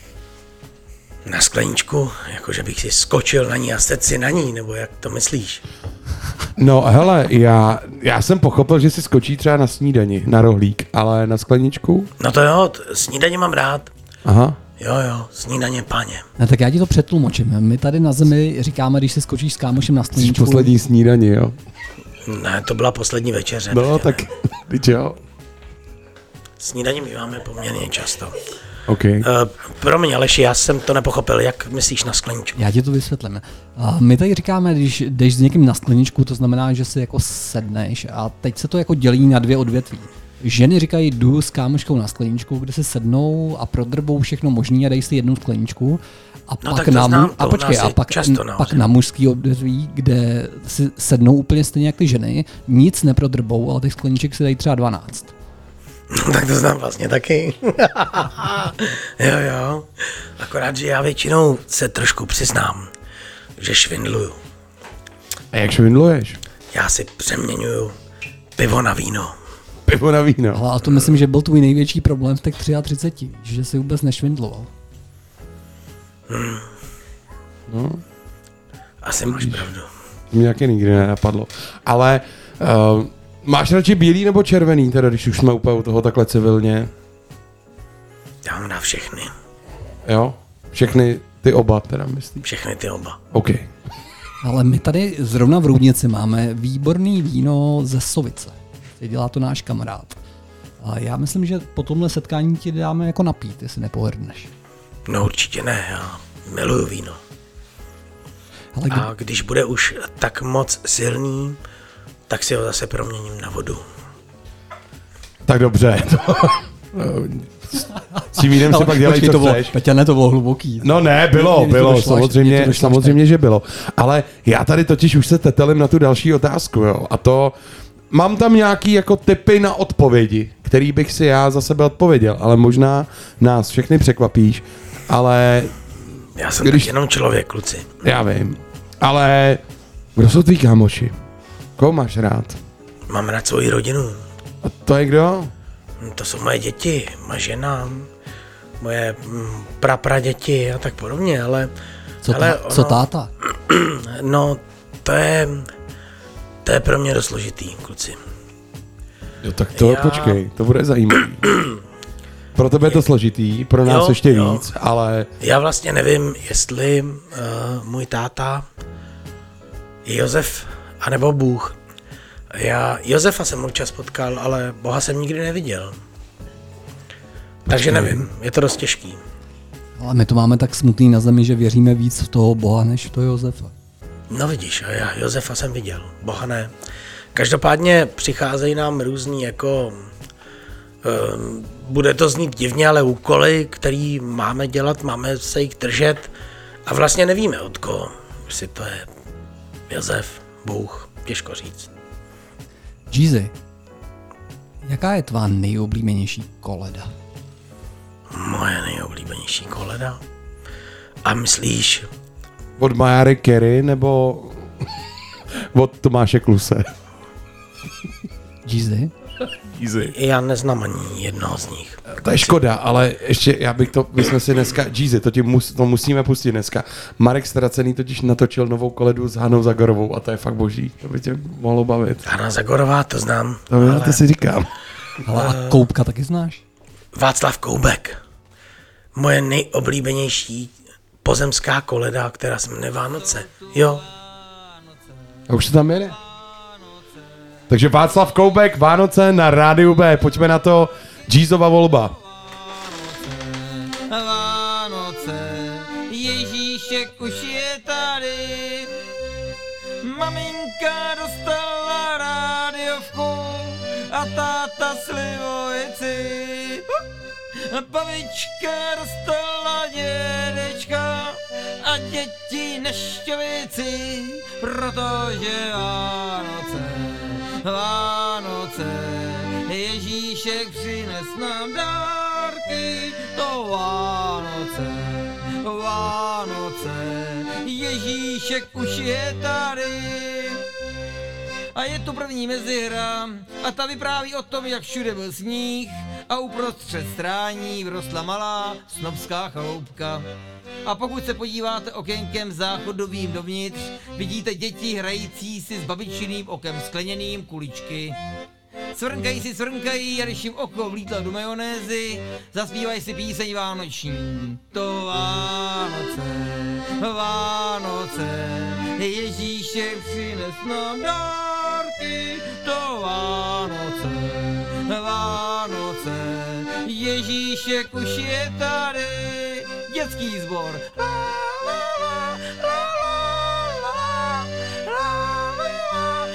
Na skleničku, jakože bych si skočil na ní a sedl si na ní, nebo jak to myslíš? No hele, já, já jsem pochopil, že si skočí třeba na snídani, na rohlík, ale na skleničku? No to jo, t- snídaně mám rád. Aha. Jo, jo, snídaně páně. Ne, tak já ti to přetlumočím. My tady na zemi říkáme, když si skočíš s kámošem na Jsi skleničku. poslední snídani, jo? Ne, to byla poslední večeře. No, teď, tak, teď jo. Snídaně míváme poměrně často. OK. Uh, promiň, Aleši, já jsem to nepochopil, jak myslíš na skleničku? Já ti to vysvětlím. A my tady říkáme, když jdeš s někým na skleničku, to znamená, že si jako sedneš a teď se to jako dělí na dvě odvětví. Ženy říkají, jdu s kámoškou na skleničku, kde si sednou a prodrbou všechno možný a dají si jednu skleničku. A No pak tak to na, znám, mu- a to u počkej, nás a je pak, často naozaj. pak na mužský odvětví, kde si sednou úplně stejně jak ty ženy, nic neprodrbou, ale těch skleniček si dají třeba dvanáct. No, tak to znám vlastně taky. jo, jo. Akorát, že já většinou se trošku přiznám, že švindluju. A jak švindluješ? Já si přeměňuju pivo na víno. Pivo na víno. Ale to myslím, že byl tvůj největší problém v těch třiceti třech, že si vůbec nešvindloval. Hmm. No, Asi máš pravdu. to mě taky nikdy nenapadlo. Ale uh, máš radši bílý nebo červený, teda, když už jsme úplně u toho takhle civilně? Já mám na všechny. Jo? Všechny ty oba, teda myslíš? Všechny ty oba. OK. Ale my tady zrovna v Roudnici máme výborný víno ze Sovice. Dělá to náš kamarád. A já myslím, že po tomhle setkání ti dáme jako napít, jestli nepohrdneš. No určitě ne, já miluju víno. Ale kdy... A když bude už tak moc silný, tak si ho zase proměním na vodu. Tak dobře. S tím vínem si pak dělej, počkej, co to bylo, chceš. Peťa, to bylo hluboký. No ne, bylo, Mně- mně to bylo, došlo až- mně to samozřejmě, došlo až samozřejmě, že bylo. Ale já tady totiž už se tetelím na tu další otázku, jo. A to, mám tam nějaký jako tipy na odpovědi, který bych si já za sebe odpověděl, ale možná nás všechny překvapíš, ale Já jsem Když- Když... tak jenom člověk, kluci. já vím. Ale kdo jsou tví kámoši? Koho máš rád? Mám rád svoji rodinu. A to je kdo? To jsou moje děti, moje žena, moje mm, prapraděti a tak podobně, ale... Co, ale ta, co táta? No, to je... To je pro mě dost složitý, kluci. Jo, tak to Já- počkej, to bude zajímavý. Pro tebe je to složitý, pro nás Jo, ještě jo. víc, ale Já vlastně nevím, jestli uh, můj táta je Josef, anebo Bůh. Já Josefa jsem občas potkal, ale Boha jsem nikdy neviděl. Takže nevím, je to dost těžký. Ale my to máme tak smutný na zemi, že věříme víc v toho Boha, než v toho Josefa. No vidíš, a já Josefa jsem viděl, Boha ne. Každopádně přicházejí nám různý jako... Um, bude to znít divně, ale úkoly, který máme dělat, máme se jich držet a vlastně nevíme od koho. Jestli to je Josef, Bůh, těžko říct. Jeezy, jaká je tvá nejoblíbenější koleda? Moje nejoblíbenější koleda. A myslíš, od Majary Kerry nebo od Tomáše Kluse? Jeezy, Easy. Já neznám ani jednoho z nich. To je škoda, ale ještě já bych to, my jsme si dneska, Jeezy, to, tím mus, to musíme pustit dneska. Marek Ztracený totiž natočil novou koledu s Hanou Zagorovou a to je fakt boží, to by tě mohlo bavit. Hana Zagorová, to znám. To, ale... to si říkám. Ale a Koubka taky znáš? Václav Koubek. Moje nejoblíbenější pozemská koleda, která se jmenuje Vánoce. Jo. A už to tam jede? Takže Václav Koubek, Vánoce na Rádiu B, pojďme na to, Jeezova volba. Vánoce, Ježíšek už je tady, maminka dostala rádiovku a táta slivovici. Babička dostala dědečka a děti nešťovici, protože Vánoce, Vánoce, Ježíšek přines nám dárky, to Vánoce, Vánoce, Ježíšek už je tady. A je tu první mezihra a ta vypráví o tom, jak všude byl sníh a uprostřed strání vyrostla malá snobská chaloupka. A pokud se podíváte okénkem záchodovým dovnitř, vidíte děti hrající si s babičiným okem skleněným kuličky. Cvrnkají si, cvrnkají a když jim oko vlítlo do majonézy, zaspívají si píseň vánoční. To Vánoce, Vánoce, Ježíšek přines nám dárky. To Vánoce, Vánoce, Ježíšek už je tady. Dětský sbor. La, la, la, la, la, la, la,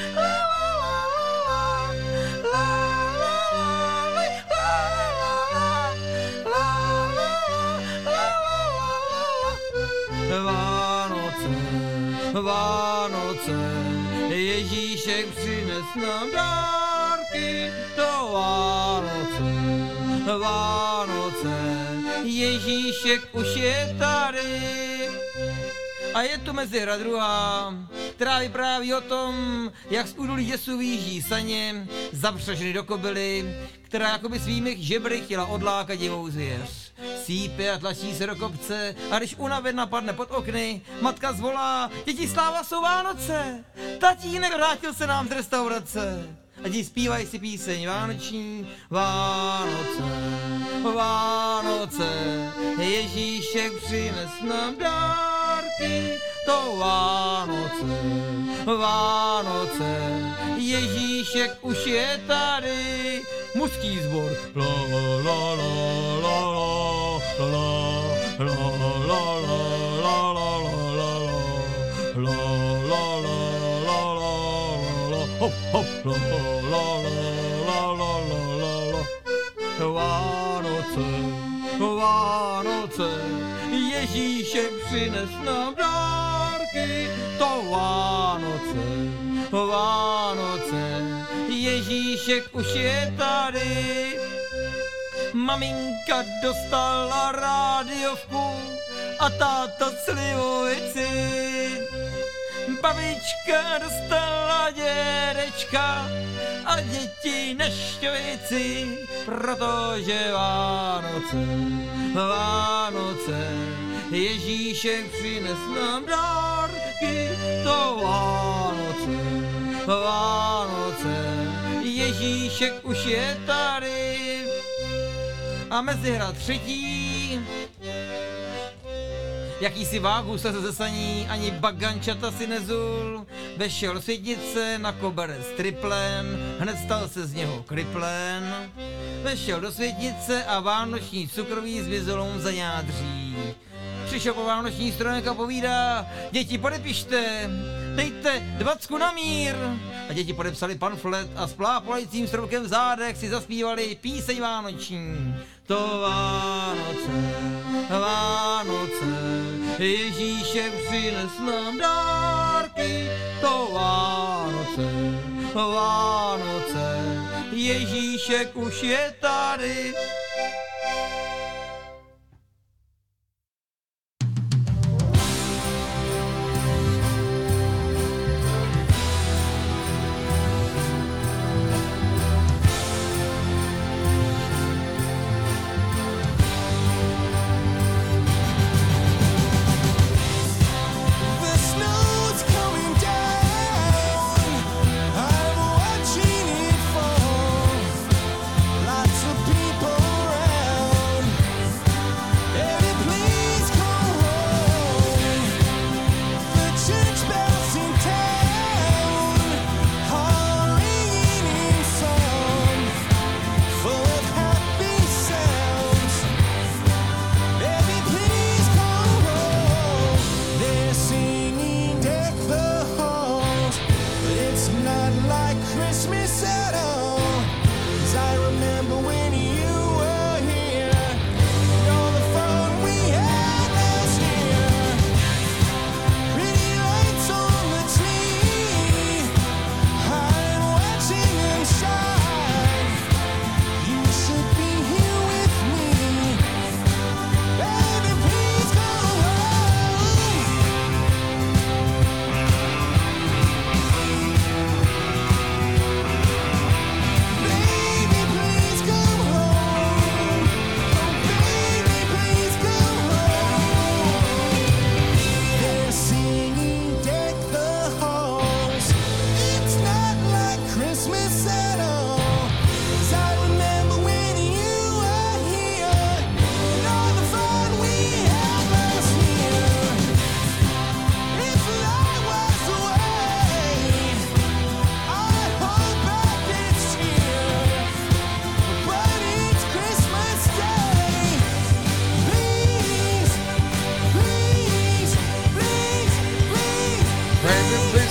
Vánoce, Vánoce, Ježíšek přines nám dárky. To Vánoce, Vánoce, Ježíšek už je tady. A je tu mezihra druhá, která vypráví o tom, jak z údolí děsů vyjíždí saně, zapřaženy do kobily, která jakoby svými žebry chtěla odlákat divou zvěř. Sípe a tlačí se do kopce a když unavená padne pod okny, matka zvolá: děti, sláva, jsou Vánoce, tatínek vrátil se nám z restaurace. A ti zpívají si píseň vánoční. Vánoce, Vánoce, Ježíšek přines nám dárky. To Vánoce, Vánoce, Ježíšek už je tady. Mužský sbor. La la la la la la la la la la la la la hop hop la la la la la la. Vánoce, Vánoce, Ježíšek přines nám dárky. To Vánoce, Vánoce, Ježíšek už je tady. Maminka dostala rádiovku a táta slivovici. Babička dostala dědečka a děti nešťovici, protože Vánoce, Vánoce, Ježíšek přines nám dárky. To Vánoce, Vánoce, Ježíšek už je tady. A mezihra třetí. Jakýsi váhu se ze saní, ani bagančata si nezul. Vešel do světnice na koberec s triplem, hned stal se z něho kriplén. Vešel do světnice a vánoční cukroví s vizolou zajádří. Přišel po vánoční stromek a povídá: děti, podepište, dejte dvacku na mír. A děti podepsali pamflet a s plápolajícím stromkem v zádech si zaspívali píseň vánoční. To Vánoce, Vánoce, Ježíšek přines nám dárky. To Vánoce, Vánoce, Ježíšek už je tady.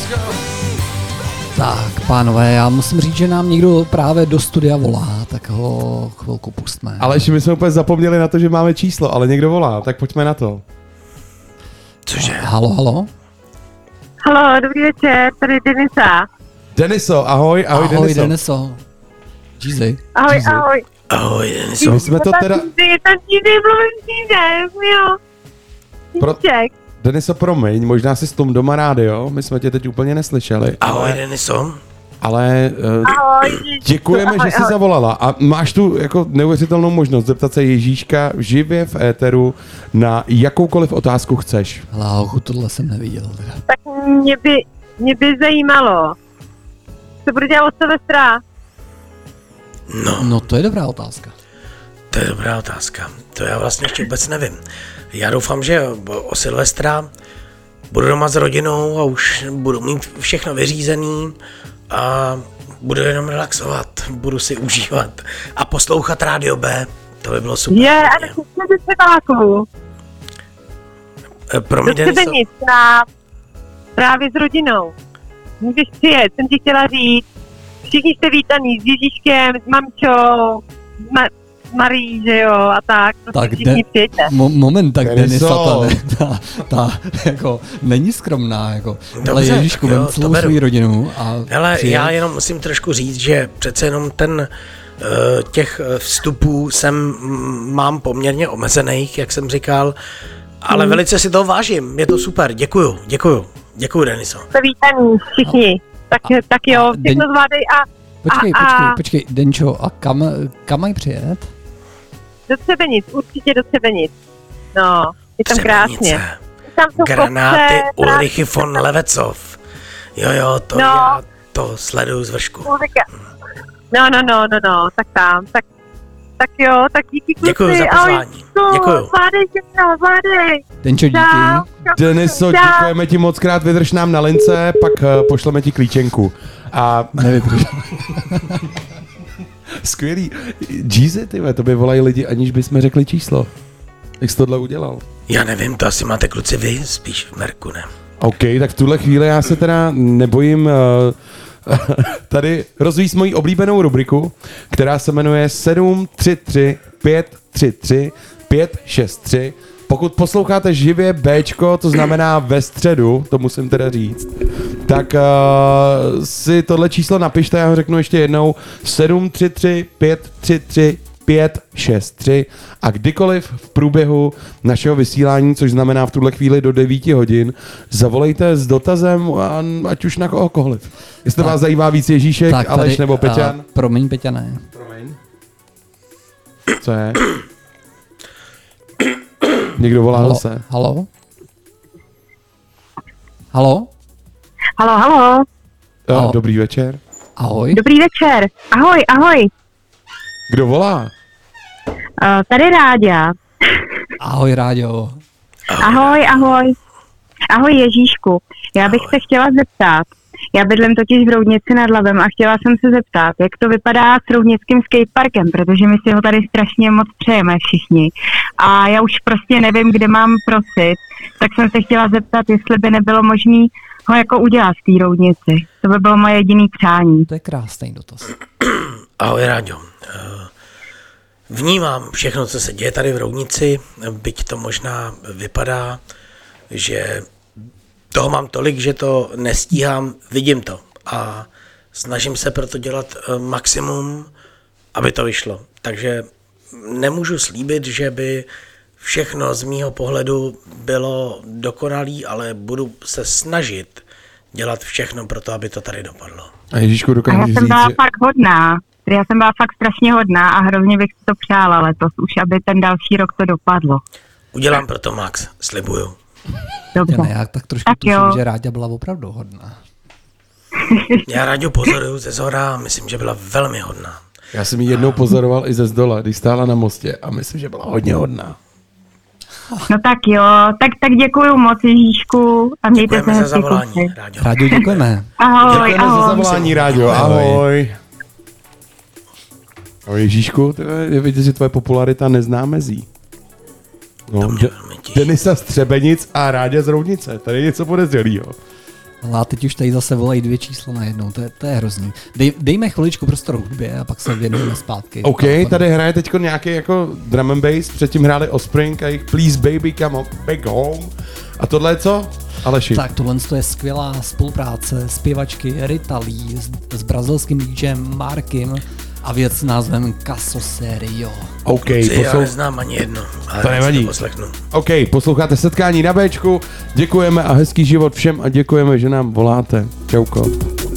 Tak, pánové, já musím říct, že nám někdo právě do studia volá, tak ho chvilku pustme. Ale ještě my jsme úplně zapomněli na to, že máme číslo, ale někdo volá, tak pojďme na to. Cože? Halo, halo? Halo, dobrý večer, tady Denisa. Deniso, ahoj, ahoj, Ahoj, Deniso. Deniso. Jeezy. Ahoj, Jeezy. ahoj. Ahoj, Deniso. My jsme to teda... Je tam Jízy, mluvím Jízy, jo. Pro- Jíček. Deniso, promiň, možná jsi s tom doma rádio, my jsme tě teď úplně neslyšeli. Ahoj, ale, Deniso. ale uh, Ahoj, Jíčku, děkujeme, ahoj, že jsi ahoj. zavolala a máš tu jako neuvěřitelnou možnost zeptat se Ježíška živě v éteru na jakoukoliv otázku chceš. Láhu, tohle jsem neviděl. Teda. Tak mě by, mě by zajímalo, co bude dělat od Silvestra? No, No to je dobrá otázka. to je dobrá otázka. To já vlastně ještě vůbec nevím. Já doufám, že o Silvestra budu doma s rodinou a už budu mít všechno vyřízený a budu jenom relaxovat, budu si užívat a poslouchat Rádio B. To by bylo super. Je, a nechci ze Ceváku. E, Promiň, Do sebe Deniso. nic, na, právě s rodinou. Můžeš přijet, jsem ti chtěla říct. Všichni jste vítaný s Ježíškem, s mamčou, s, Ma- s Marí, že jo, a tak. Prostě Tak všichni de- přijďte. Mo- moment, tak Deniso. Denisa, ta, ne, ta, ta, jako, není skromná, jako, Dobře, ale Ježíšku, tak jo, vem to celou beru. svou rodinu a Hele, přijet. já jenom musím trošku říct, že přece jenom ten eh, těch eh, vstupů jsem mm, mám poměrně omezených, jak jsem říkal, ale Hmm. velice si toho vážím, je to super, děkuju, děkuju, děkuju, Deniso. Jste vítaný všichni. Tak, tak jo, A Den- všechno zvládej a Počkej, a- počkej, a- počkej, Denčo, a kam, kam mají přijet? do Třebenic, určitě do Třebenic. No, je tam krásně. Třebenice, Tam jsou granáty kopce, Ulrichy von Levecov. Jo, jo, to No. já to sleduju z vršku. Ulrika. No, no, no, no, no, tak tam, tak, tak jo, tak díky kluci. Děkuju za ahoj, pozvání. Děkuju. Děkuju. Zvládej všechno, zvládej. Denčo, díky. Čau. Deniso, Čau. děkujeme ti moc krát, vydrž nám na lince, pak uh, pošleme ti klíčenku. A Nevydrž. skvělý. Jeezy, tyhle, to by volají lidi, aniž bychom řekli číslo. Jak jsi tohle udělal? Já nevím, to asi máte kluci vy, spíš v Merku, ne? OK, tak v tuhle chvíli já se teda nebojím uh, tady rozvíjet moji oblíbenou rubriku, která se jmenuje sedm tři tři pět tři tři pět šest tři. Pokud posloucháte živě Bčko, to znamená ve středu, to musím teda říct, tak uh, si tohle číslo napište, já ho řeknu ještě jednou, sedm tři tři pět tři tři pět šest tři a kdykoliv v průběhu našeho vysílání, což znamená v tuhle chvíli do devíti hodin, zavolejte s dotazem, a, ať už na kohokoliv. Jestli Tak. vás zajímá víc Ježíšek, Tak Aleš nebo Peťan. A, promiň, Peťané. Promiň. Co je? Někdo volá Halo, zase. halo? Halo? Halo, halo, Jo, Halo. dobrý večer. Ahoj? dobrý večer. Ahoj, ahoj. Kdo volá? Uh, tady Ráďa. Ahoj, Ráďo. Ahoj, ahoj. Ahoj Ježíšku. Já bych se chtěla zeptat. Já bydlím totiž v Roudnici nad Labem a chtěla jsem se zeptat, jak to vypadá s Roudnickým skateparkem, protože my si ho tady strašně moc přejeme všichni. A já už prostě nevím, kde mám prosit, tak jsem se chtěla zeptat, jestli by nebylo možné ho jako udělat v té Roudnici. To by bylo moje jediné přání. To je krásný dotaz. Ahoj, Ráďo. Eh, Vnímám všechno, co se děje tady v Roudnici, byť to možná vypadá, že toho mám tolik, že to nestíhám, vidím to a snažím se proto dělat eh, maximum, aby to vyšlo. Takže nemůžu slíbit, že by všechno z mýho pohledu bylo dokonalý, ale budu se snažit dělat všechno pro to, aby to tady dopadlo. A Ježíšku, A já dokážeš jsem říct, byla že... fakt hodná. Já jsem byla fakt strašně hodná a hrozně bych si to přála letos, už aby ten další rok to dopadlo. Udělám pro to max, slibuju. Dobře. Já, ne, já tak trošku Tak jo. tuším, že Ráďa byla opravdu hodná. Já Ráďu pozoruju ze zhora a myslím, že byla velmi hodná. Já jsem ji jednou pozoroval i ze zdola, když stála na mostě a myslím, že byla hodně hodná. No tak jo, tak, tak děkuju moc Ježíšku a mějte se Děkujeme za hezky, zavolání, kluci. Ráďo. Ráďo, děkujeme. Ahoj, Děkujeme za ahoj. zavolání, Ráďo. Ahoj. Ahoj Ježíšku, to je, je vidět, že tvoje popularita nezná mezí. No, To mě De- velmi těší. Denisa z Třebenic a Ráďa z Roudnice. Tady je něco podezřelýho. Ale a teď už tady zase volají dvě čísla najednou, to je, to je hrozný. Dej, dejme chviličku prostor hudbě a pak se věnujeme zpátky. OK, tady hraje teď nějaký jako drum and bass, předtím hráli Offspring a jich Please Baby Come Back Home. A tohle je co? Aleši. Tak tohle je skvělá spolupráce zpěvačky Rita Lee s, s brazilským DJem Markem a věc s názvem Caso Serio. OK, Kluci, já poslou... neznám ani jedno, ale To nevadí. to poslechnu. OK, posloucháte Setkání na Béčku, děkujeme a hezký život všem a děkujeme, že nám voláte. Čauko.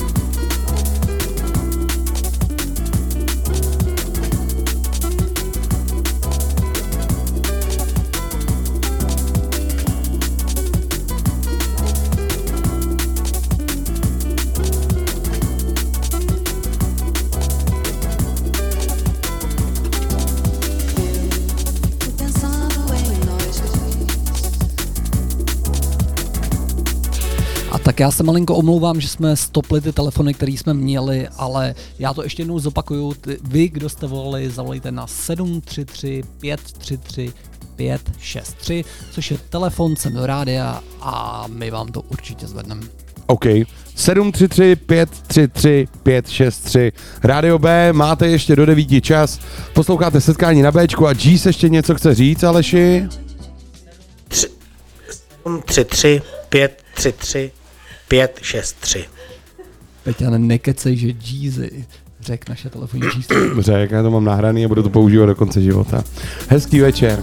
Tak já se malinko omlouvám, že jsme stopli ty telefony, které jsme měli, ale já to ještě jednou zopakuju. Ty, vy, kdo jste volali, zavolejte na sedm tři tři pět tři tři pět šest tři, což je telefon sem do rádia a my vám to určitě zvedneme. OK. sedm tři tři pět tři tři pět šest tři. Rádio B, máte ještě do devíti čas. Posloucháte Setkání na Béčku a G se ještě něco chce říct, Aleši? sedm tři tři pět tři tři pět šest tři. Peťa, nekecej, že Jeezy řek naše telefonní číslo. Řek, já to mám nahraný a budu to používat do konce života. Hezký večer.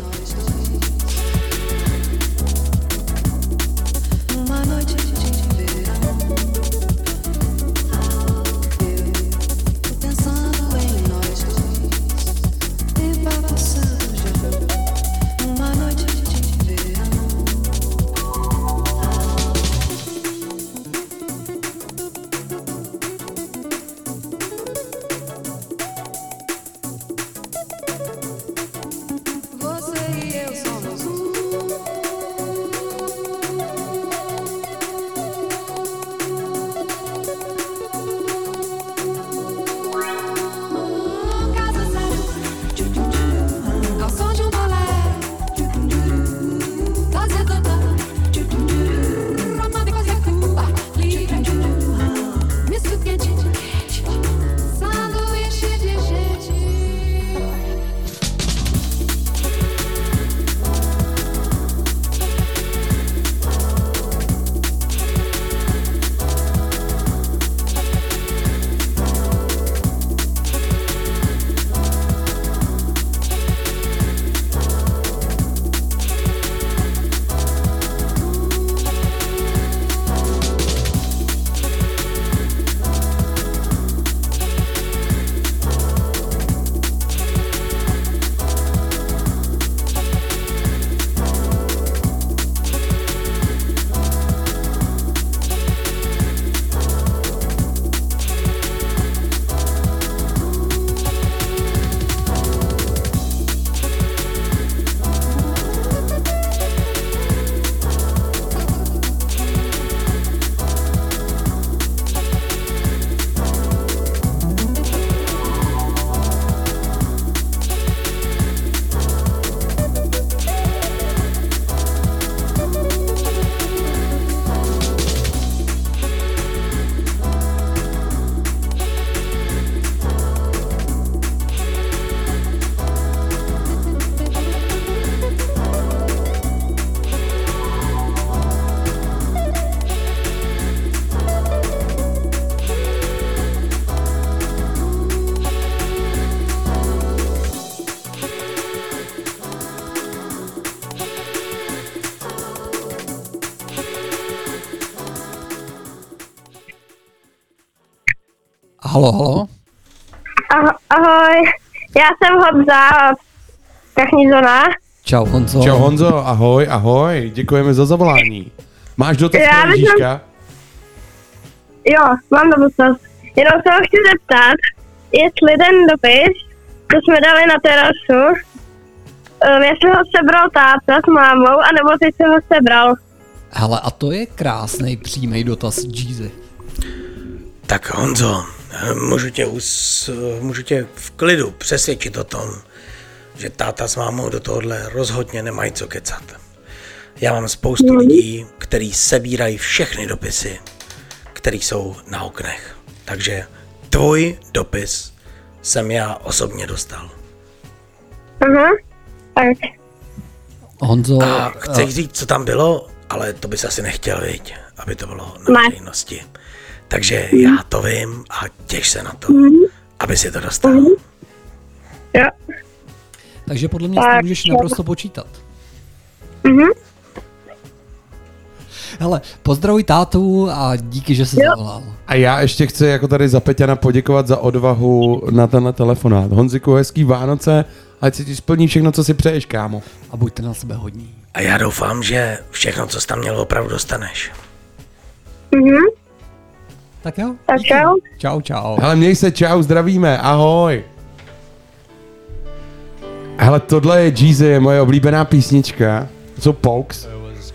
Halo, halo. Aho- ahoj, já jsem Honza, Technizona. Čau Honzo. Čau Honzo, ahoj, ahoj, děkujeme za zavolání. Máš dotaz Já pro bych Ježíška? Jo, mám dotaz. Jenom se ho chci zeptat, jestli ten dopis, co jsme dali na terasu, um, jestli ho sebral táta s mámou, anebo ty jsi ho sebral. Hele, a to je krásný přímý dotaz Jeezy. Tak Honzo, můžu tě, us, můžu tě v klidu přesvědčit o tom, že táta s mámou do tohohle rozhodně nemají co kecat. Já mám spoustu lidí, kteří který sebírají všechny dopisy, které jsou na oknech. Takže tvůj dopis jsem já osobně dostal. Aha, tak. Honzo, A chci říct, co tam bylo, ale to bys asi nechtěl, viď, aby to bylo na Ne. veřejnosti. Takže já to vím a těš se na to, aby si to dostal. Jo. takže podle mě s tím Tak, můžeš jo. naprosto počítat. Mhm. Hele, pozdravuj tátu a díky, že jsi zavolal. A já ještě chci jako tady za Peťana poděkovat za odvahu na tenhle telefonát. Honziku, hezký Vánoce, ať si ti splní všechno, co si přeješ, kámo. A buďte na sebe hodní. A já doufám, že všechno, co jsi tam měl, opravdu dostaneš. Mhm. Tak jo. Tak díky. čau. Čau, čau. Hele, měj se, čau, zdravíme, ahoj. Hele, tohle je Jeezy, je moje oblíbená písnička. To jsou Pokes.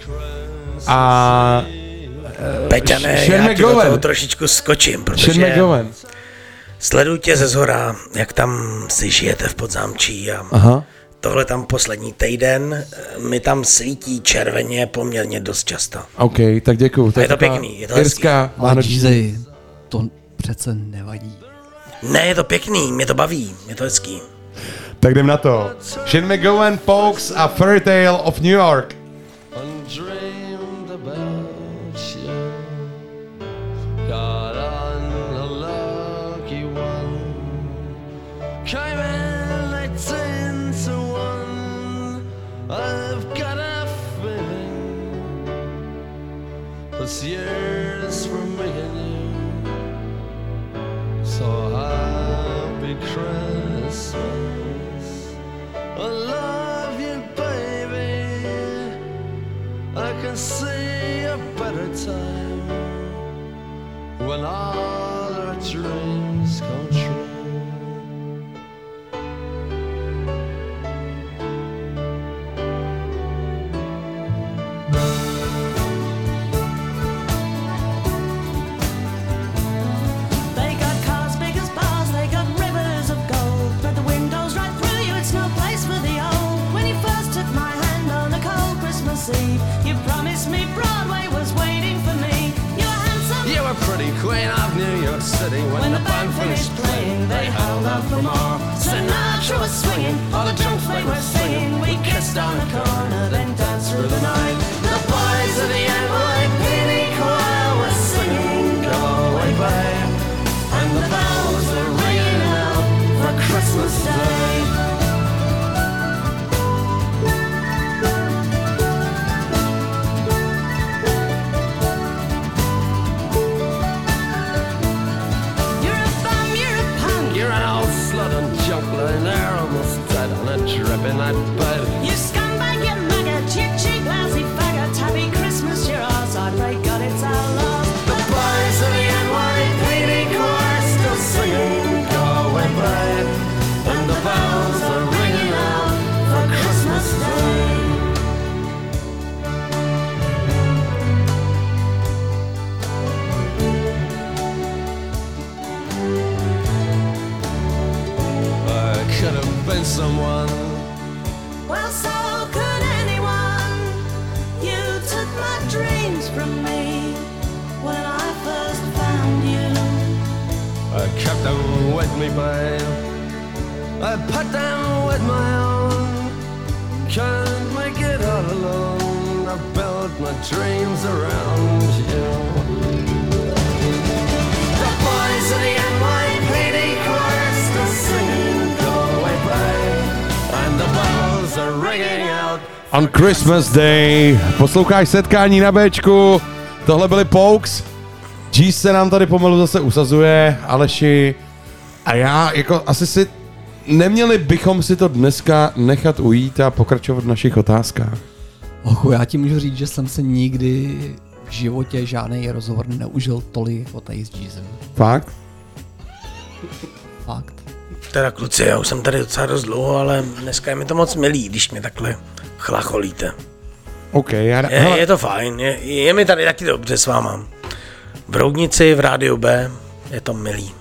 A... Peťane, Sean já ti do McGowan. toho trošičku skočím, Sean protože McGowan. sleduju tě ze zhora, jak tam si žijete v Podzámčí a Aha. tohle tam poslední týden mi tam svítí červeně poměrně dost často. OK, tak děkuju. A je to taková pěkný, je to hezký. irská Ale vánoční. Jeezy, to přece nevadí. Ne, je to pěkný, mě to baví, je to hezký. Tak jdem na to. Sean McGowan, Pokes a Fairy Tale of New York. Dreamed about you. Got on a lucky one. Came in eighteen to one. I've got a feeling this year's for me and you. So happy Christmas. I love you, baby. I can see a better time when all our dreams come true. They got cars big as bars, they got rivers of gold, but the windows right through you, it's no place for the old. When you first took my hand on a cold Christmas Eve, you promised me Broadway was waiting for me. You were handsome. You were pretty queen of New York City. When, When the band finished playing, they held out for more. Sinatra was swinging, all the junk they were singing. We kissed on the corner, then danced through the night. The boys of the N Y P D choir were singing, "Go away, babe," and the bells were ringing out for Christmas Day. You're a bum, you're a punk. You're an old slut and junk lying there almost dead on a dripping that bed. You scumbag, you maggot, you cheap, lousy faggot. Happy Christmas, you're ours. I pray God it's our last. The boys of the N Y P D choir still singing, "Go away, babe," and the bells are ringing out for Christmas Day. I could have been someone. Well, so could anyone. You took my dreams from me when I first found you. I kept them with me, babe. I put them with my own. Can't make it all alone. I built my dreams around you. The boys of the N Y P D choir still singing, "Go away, babe," and the bells are ringing out. On Christmas Day. Posloucháš setkání na Bčku. Tohle byly Pokes. G se nám tady pomalu zase usazuje, Aleši. A já, jako asi si... Neměli bychom si to dneska nechat ujít a pokračovat v našich otázkách. Ochu, já ti můžu říct, že jsem se nikdy v životě žádný rozhovor neužil tolik jako tady s Jeezem. Fakt? Fakt. Teda kluci, já už jsem tady docela dost dlouho, ale dneska je mi to moc milý, když mě takhle chlacholíte. OK, já... Je, hele, je to fajn, je, je mi tady taky dobře s váma. V Roudnici, v Rádiu B, je to milý.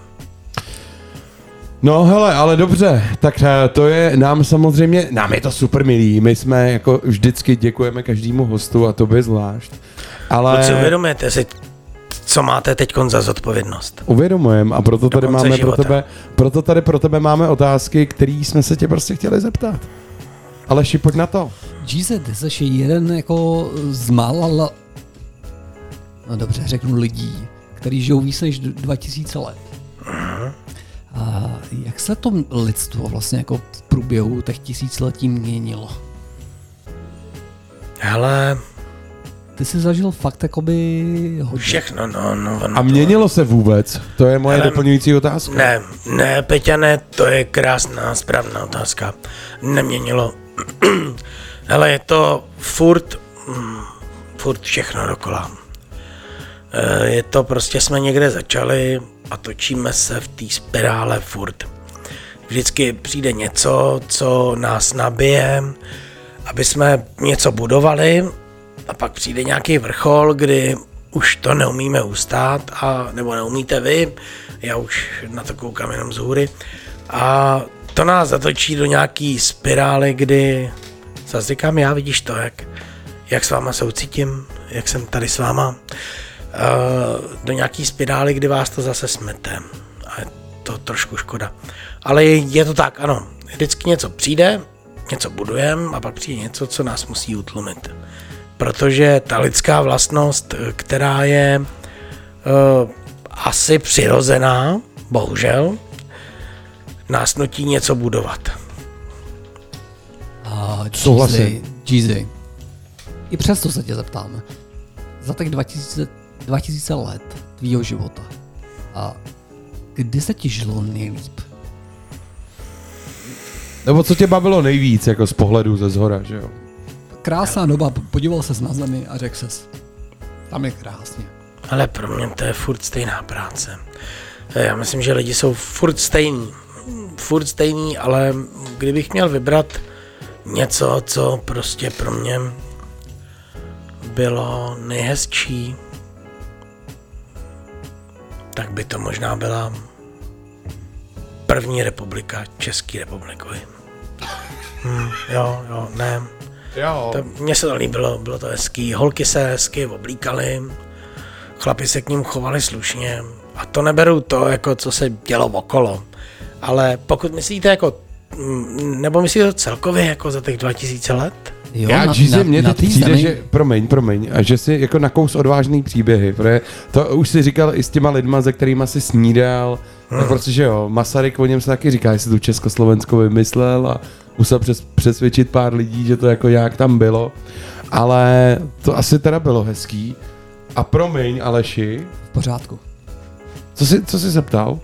No hele, ale dobře, tak eh, to je nám samozřejmě, nám je to super milý, my jsme jako vždycky děkujeme každému hostu a tobě zvlášť. Ale... Kluci, uvědomujete si, co máte teď za zodpovědnost. Uvědomujem a proto tady konce máme života. pro tebe, proto tady pro tebe máme otázky, které jsme se tě prostě chtěli zeptat. Aleši, pojď na to. Jeezy, ty jsi jeden jako z mála, la... no dobře, řeknu lidí, který žijou víc než dva tisíce let. Uh-huh. A jak se to lidstvo vlastně jako v průběhu těch tisíciletí měnilo? Hele... Ty jsi zažil fakt jakoby hodně. Všechno, no, no. no A měnilo se vůbec? To je moje Hele, doplňující otázka. Ne, ne, Peťa, ne, to je krásná, správná otázka. Neměnilo. Hele, je to furt, mm, furt všechno dokola. E, je to prostě, jsme někde začali a točíme se v té spirále furt. Vždycky přijde něco, co nás nabije, aby jsme něco budovali, a pak přijde nějaký vrchol, kdy už to neumíme ustát, a, nebo neumíte vy, já už na to koukám jenom z hůry, a to nás zatočí do nějaký spirály, kdy zase říkám já, vidíš to, jak, jak s váma soucítím, jak jsem tady s váma, uh, do nějaký spirály, kdy vás to zase smete. A je to trošku škoda. Ale je, je to tak, ano, vždycky něco přijde, něco budujeme a pak přijde něco, co nás musí utlumit. Protože ta lidská vlastnost, která je uh, asi přirozená, bohužel, nás nutí něco budovat. A Jeezy, Jeezy, i přesto se tě zeptáme. Za těch dva tisíce let tvýho života, a kdy se ti žilo nejlíp? Nebo co tě bavilo nejvíc, jako z pohledu ze zhora, že jo? Krásná doba, podíval ses na zemi a řekl ses, tam je krásně. Ale pro mě to je furt stejná práce. Já myslím, že lidi jsou furt stejný. Furt stejný, ale kdybych měl vybrat něco, co prostě pro mě bylo nejhezčí, tak by to možná byla první republika České republiky. Hmm, jo, jo, ne. Jo. To, mně se to líbilo, bylo to hezký, holky se hezky oblíkaly, chlapi se k ním chovali slušně a to neberu to, jako co se dělo okolo, ale pokud myslíte jako, nebo myslíte to celkově jako za těch dva tisíce let? Jo, Já, na, Jeezy, na, mně na teď přijde, zemi... že, promiň, promiň, a že si jako nakous odvážný příběhy, protože to už si říkal i s těma lidma, se kterýma si snídal, hmm. tak protože jo, Masaryk o něm se taky říká, jestli tu Československo vymyslel a musel přes, přesvědčit pár lidí, že to jako nějak tam bylo, ale to asi teda bylo hezký. A promiň, Aleši. V pořádku. Co jsi, co jsi se ptal?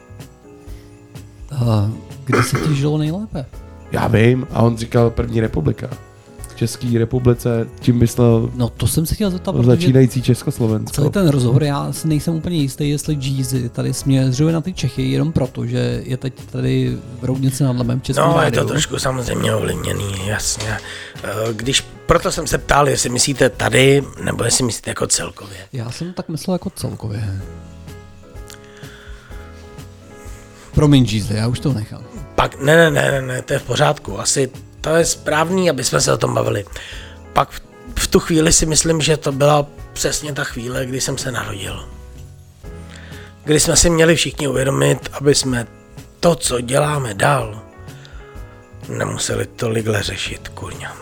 Uh, kdy se ti žilo nejlépe? Já vím, a on říkal první republika. V České republice, tím myslel... No to jsem se chtěl zeptat, začínající Československo. Celý ten rozhovor, já si nejsem úplně jistý, jestli Jeezy tady směřuje na ty Čechy jenom proto, že je teď tady v Roudnici nad Labem v Českém No, rádiu. je to trošku samozřejmě ovlivněný, jasně. Když, proto jsem se ptal, jestli myslíte tady, nebo jestli myslíte jako celkově. Já jsem tak myslel jako celkově. Promiň, Jeezy, já už to nechám. Pak, ne, ne, ne, ne, ne, to je v pořádku, asi to je správný, aby jsme se o tom bavili. Pak v, v tu chvíli si myslím, že to byla přesně ta chvíle, kdy jsem se narodil. Kdy jsme si měli všichni uvědomit, aby jsme to, co děláme dál, nemuseli tolikle řešit, kurňa.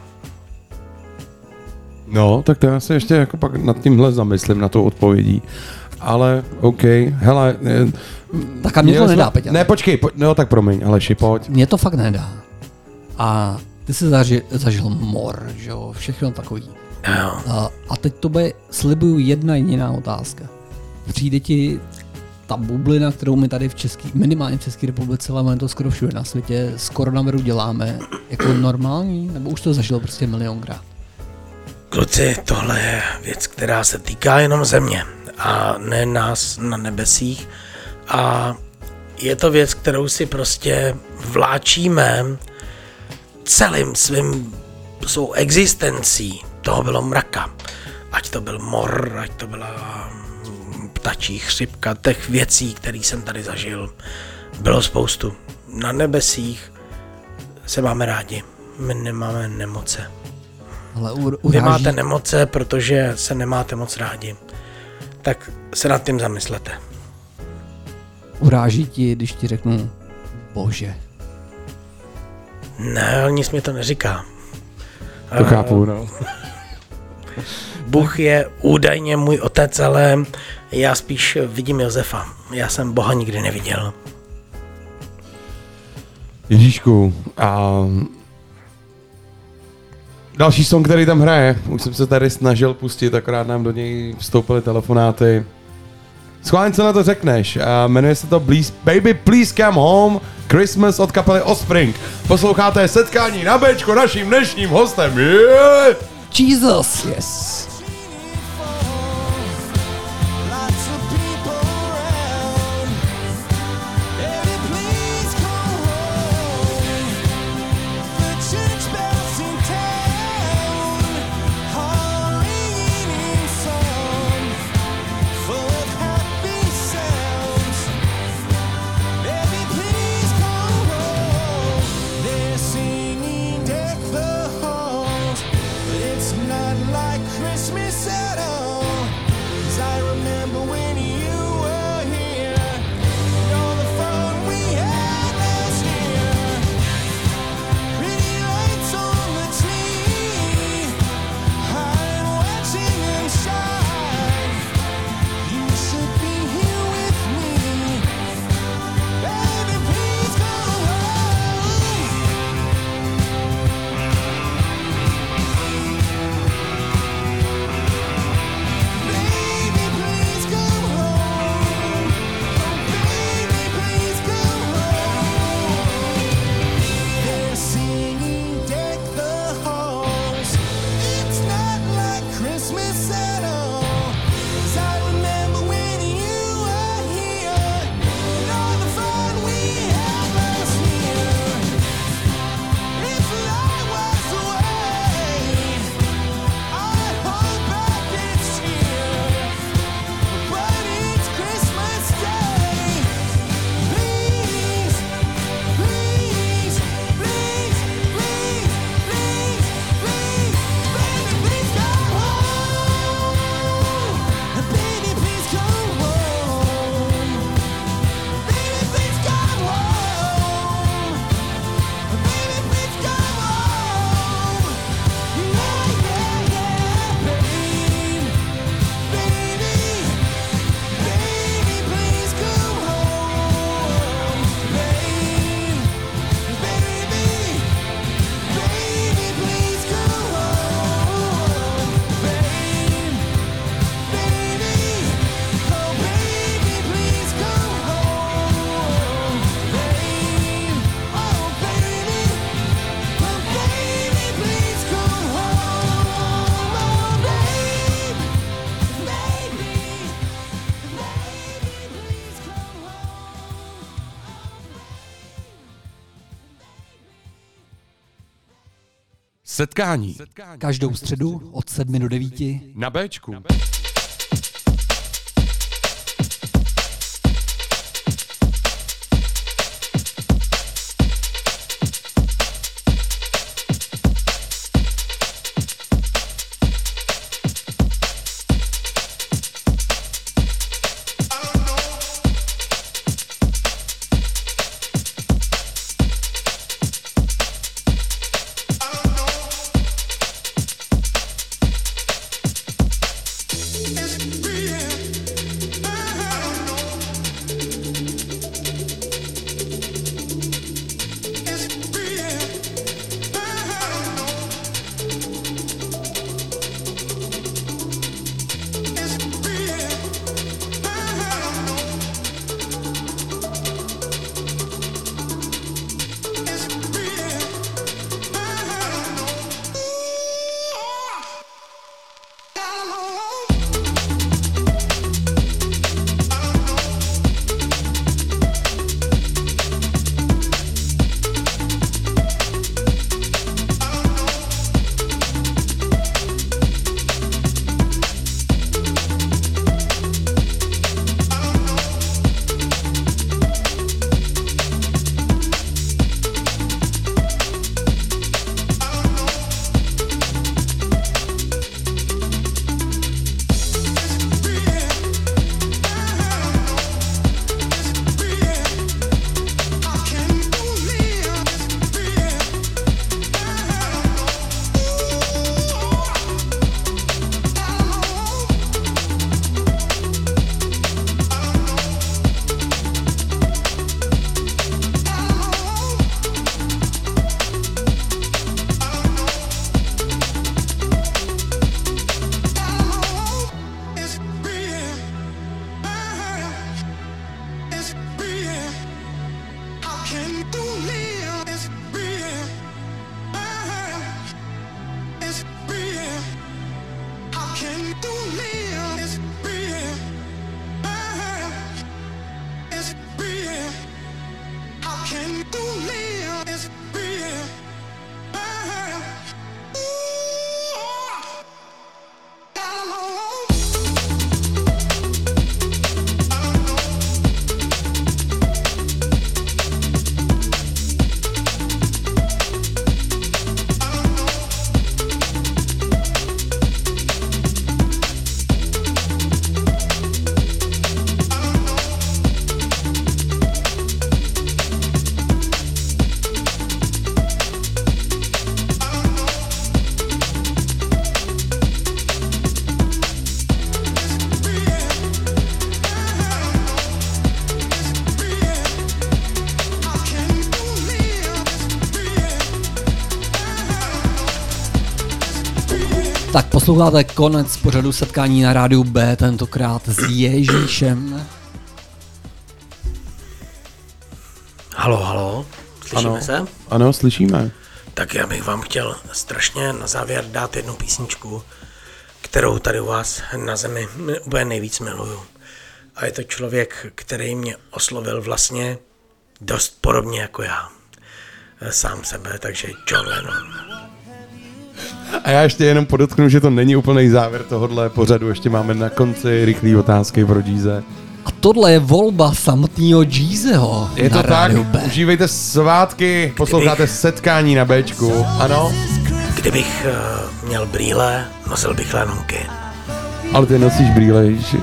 No, tak to já se ještě jako pak nad tímhle zamyslím, na tou odpovědí. Ale OK, hele... Tak a mě to nedá, Peťa. Ne, počkej, po, no tak promiň, Aleši, pojď. Mně to fakt nedá. A ty jsi zaži, zažil mor, že jo, všechno takový. Jo. A, a teď to bude, slibuju, jedna jediná otázka. Přijde ti ta bublina, kterou my tady v České, minimálně v České republice, ale máme to skoro všude na světě, z koronaviru děláme, jako normální? Nebo už to zažil prostě milionkrát? Kluci, tohle je věc, která se týká jenom země a ne nás na nebesích. A je to věc, kterou si prostě vláčíme celým svým svou existencí. Toho bylo mraka. Ať to byl mor, ať to byla ptačí chřipka, těch věcí, které jsem tady zažil, bylo spoustu. Na nebesích se máme rádi. My nemáme nemoce. Ale ur, Vy uráží, máte nemoce, protože se nemáte moc rádi. Tak se nad tím zamyslete. uráží ti, když ti řeknu bože. Ne, nic mi to neříká. To chápu, no. Bůh je údajně můj otec, ale já spíš vidím Josefa. Já jsem Boha nikdy neviděl. Ježíšku, a další song, který tam hraje, už jsem se tady snažil pustit, akorát nám do něj vstoupily telefonáty. Schválně, co na to řekneš? A jmenuje se to Please, Baby Please Come Home, Christmas od kapely Offspring. Posloucháte setkání na Bčko, naším dnešním hostem je... Jesus! Yes. Setkání. Každou středu od sedmi do devíti Na Bčku. you live? It's real. Uh-huh. It's real. How can you live? It's real. Uh-huh. Ooh. Down low. Tak posloucháte konec pořadu setkání na rádiu B, tentokrát s Ježíšem. Halo, halo, slyšíme Ano. se? Ano, slyšíme. Tak já bych vám chtěl strašně na závěr dát jednu písničku, kterou tady u vás na zemi úplně nejvíc miluju. A je to člověk, který mě oslovil vlastně dost podobně jako já. Sám sebe, takže John Lennon. A já ještě jenom podotknu, že to není úplný závěr tohohle pořadu, ještě máme na konci rychlý otázky pro Jeeze. A tohle je volba samotného Jeezeho. Je na to tak, rádiu B. užívejte svátky, posloucháte Kdybych- setkání na Bčku, ano? Kdybych uh, měl brýle, nosil bych lenonky. Ale ty nosíš brýle, Ježiši.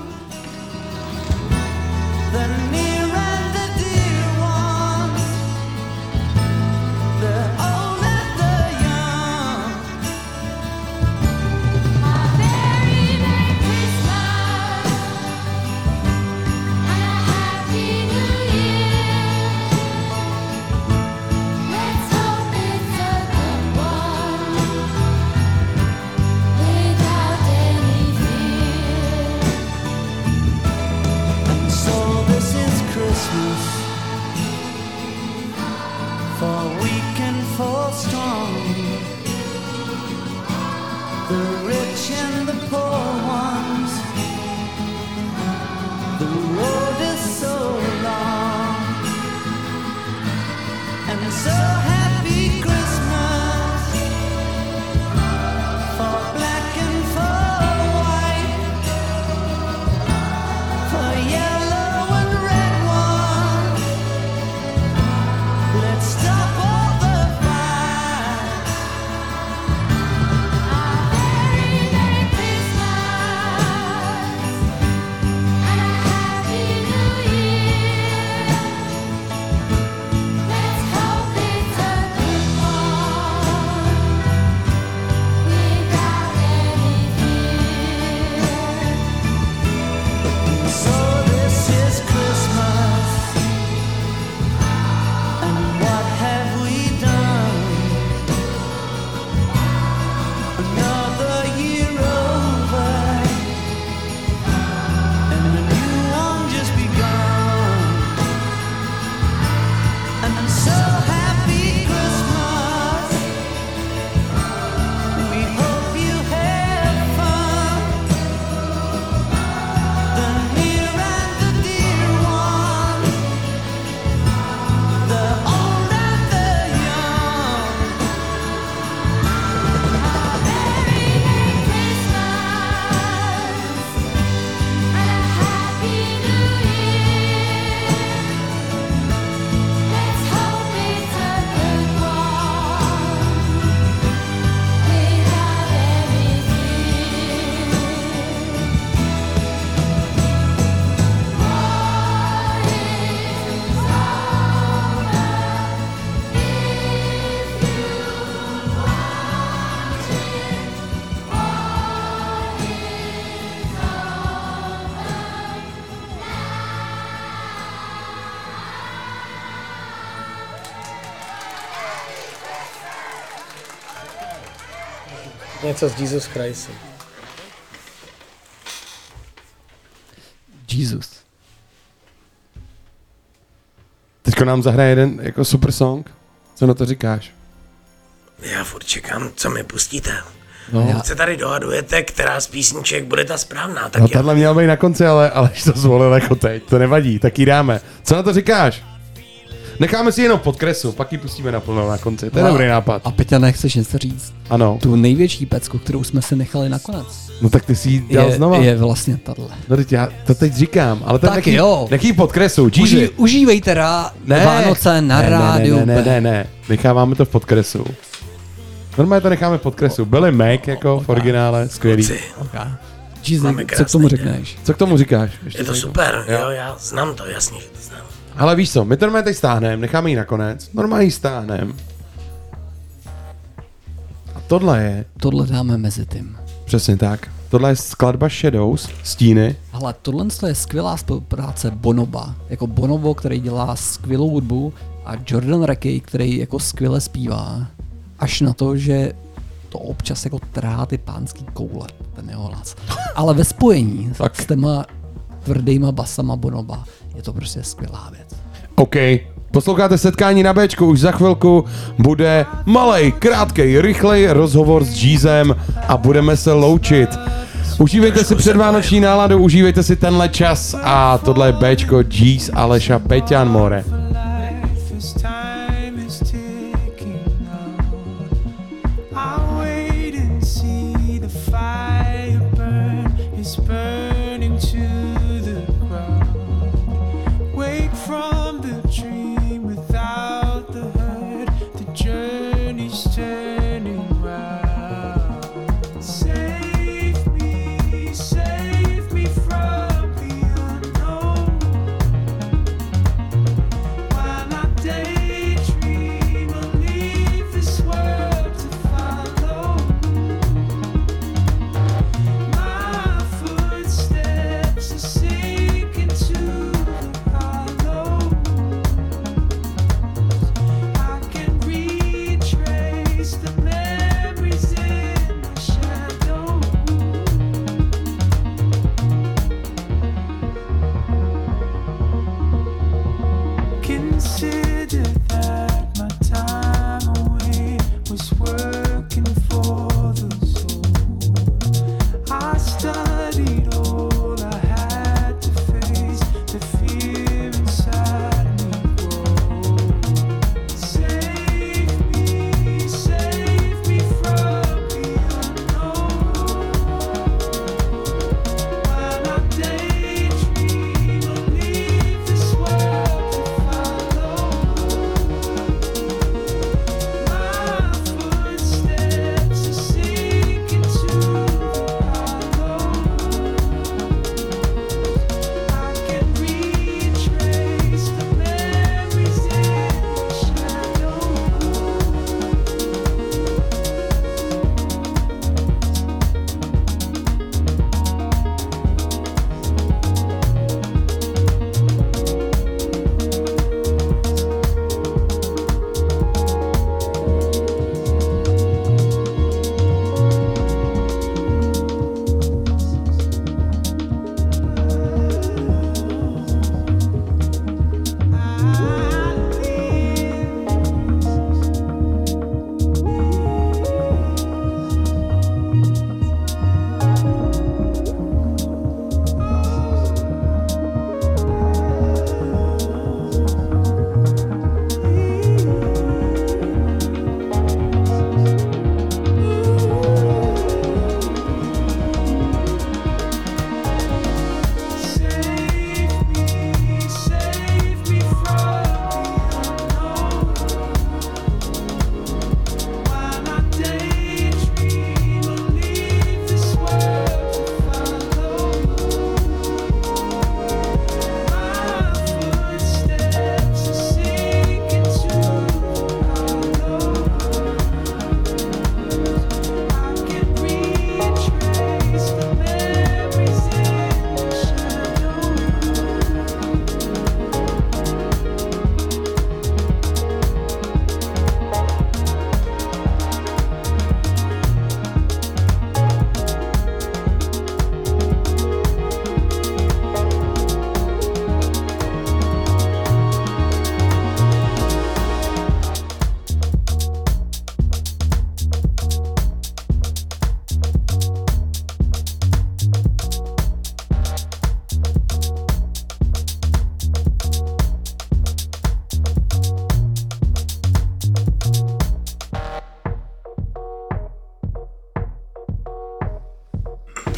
So this is Christmas, for weak and for strong, the rich and the poor ones. The road is so long, and so happy Christmas for black and for white, for yellow and red one. Let's stop all the fight. Merry, Merry Christmas and a Happy New Year. Let's hope it's a good one without any fear. So this is Christmas, and what have we done? Another year over, and a new one just begun. And so happy Christmas, we hope you have fun. The near and the dear one, the old and the young. Merry, Merry Christmas and a Happy New Year. Let's hope it's a good one without any fear. Něco z Jesus Christ. Jesus. Teďko nám zahraje jeden jako super song. Co na to říkáš? Já furt čekám, co mi pustíte. No. Teď se tady dohadujete, která z písniček bude ta správná. Tak No já, tahle měla být na konci, ale Aleš to zvolil jako teď, to nevadí, tak ji dáme. Co na to říkáš? Necháme si jenom podkresu, pak ji pustíme naplno na konci, to je dobrý nápad. A Peťa, nechceš něco říct? Ano. Tu největší pecku, kterou jsme si nechali nakonec, No tak ty si ji dal je, znova. je vlastně tahle. No teď já to teď říkám, ale to Tak nechý, jo. nechý podkresu, Uží, Jeezy. užívejte rá, Vánoce na ne, rádiu. Ne, ne, ne, ne, ne, necháváme to v podkresu. Normálně to necháme v podkresu. Byly Mac jako v originále, skvělý. Jeezy, Máme co k tomu krásný řekneš? Co k tomu říkáš? Ještě je to řeknu. super, Jo. jo, já znám to, jasně, že to znám. Ale víš co, my to normálně teď stáhneme, necháme ji nakonec, normálně ji stáhneme. A tohle je, Tohle dáme mezi tím. přesně tak, tohle je skladba Shadows, Stíny. Ale tohle je skvělá spolupráce Bonoba. Jako Bonobo, který dělá skvělou hudbu, a Jordan Rekey, který jako skvěle zpívá. Až na to, že to občas jako trhá ty pánský koule, ten jeho hlas. Ale ve spojení s těma tvrdýma basama Bonoba je to prostě skvělá věc. OK, posloucháte Setkání na Bčku, už za chvilku bude malej, krátkej, rychlej rozhovor s Jeezem a budeme se loučit. Užívejte si předvánoční náladu, užívejte si tenhle čas a tohle je Bčko, Jeez, Aleša, Peťan, more. This time is ticking out. I wait and see the fire burn. It's burning to the ground. Wake from the dream without the hurt. The journey's turning round. Save me, save me from the unknown.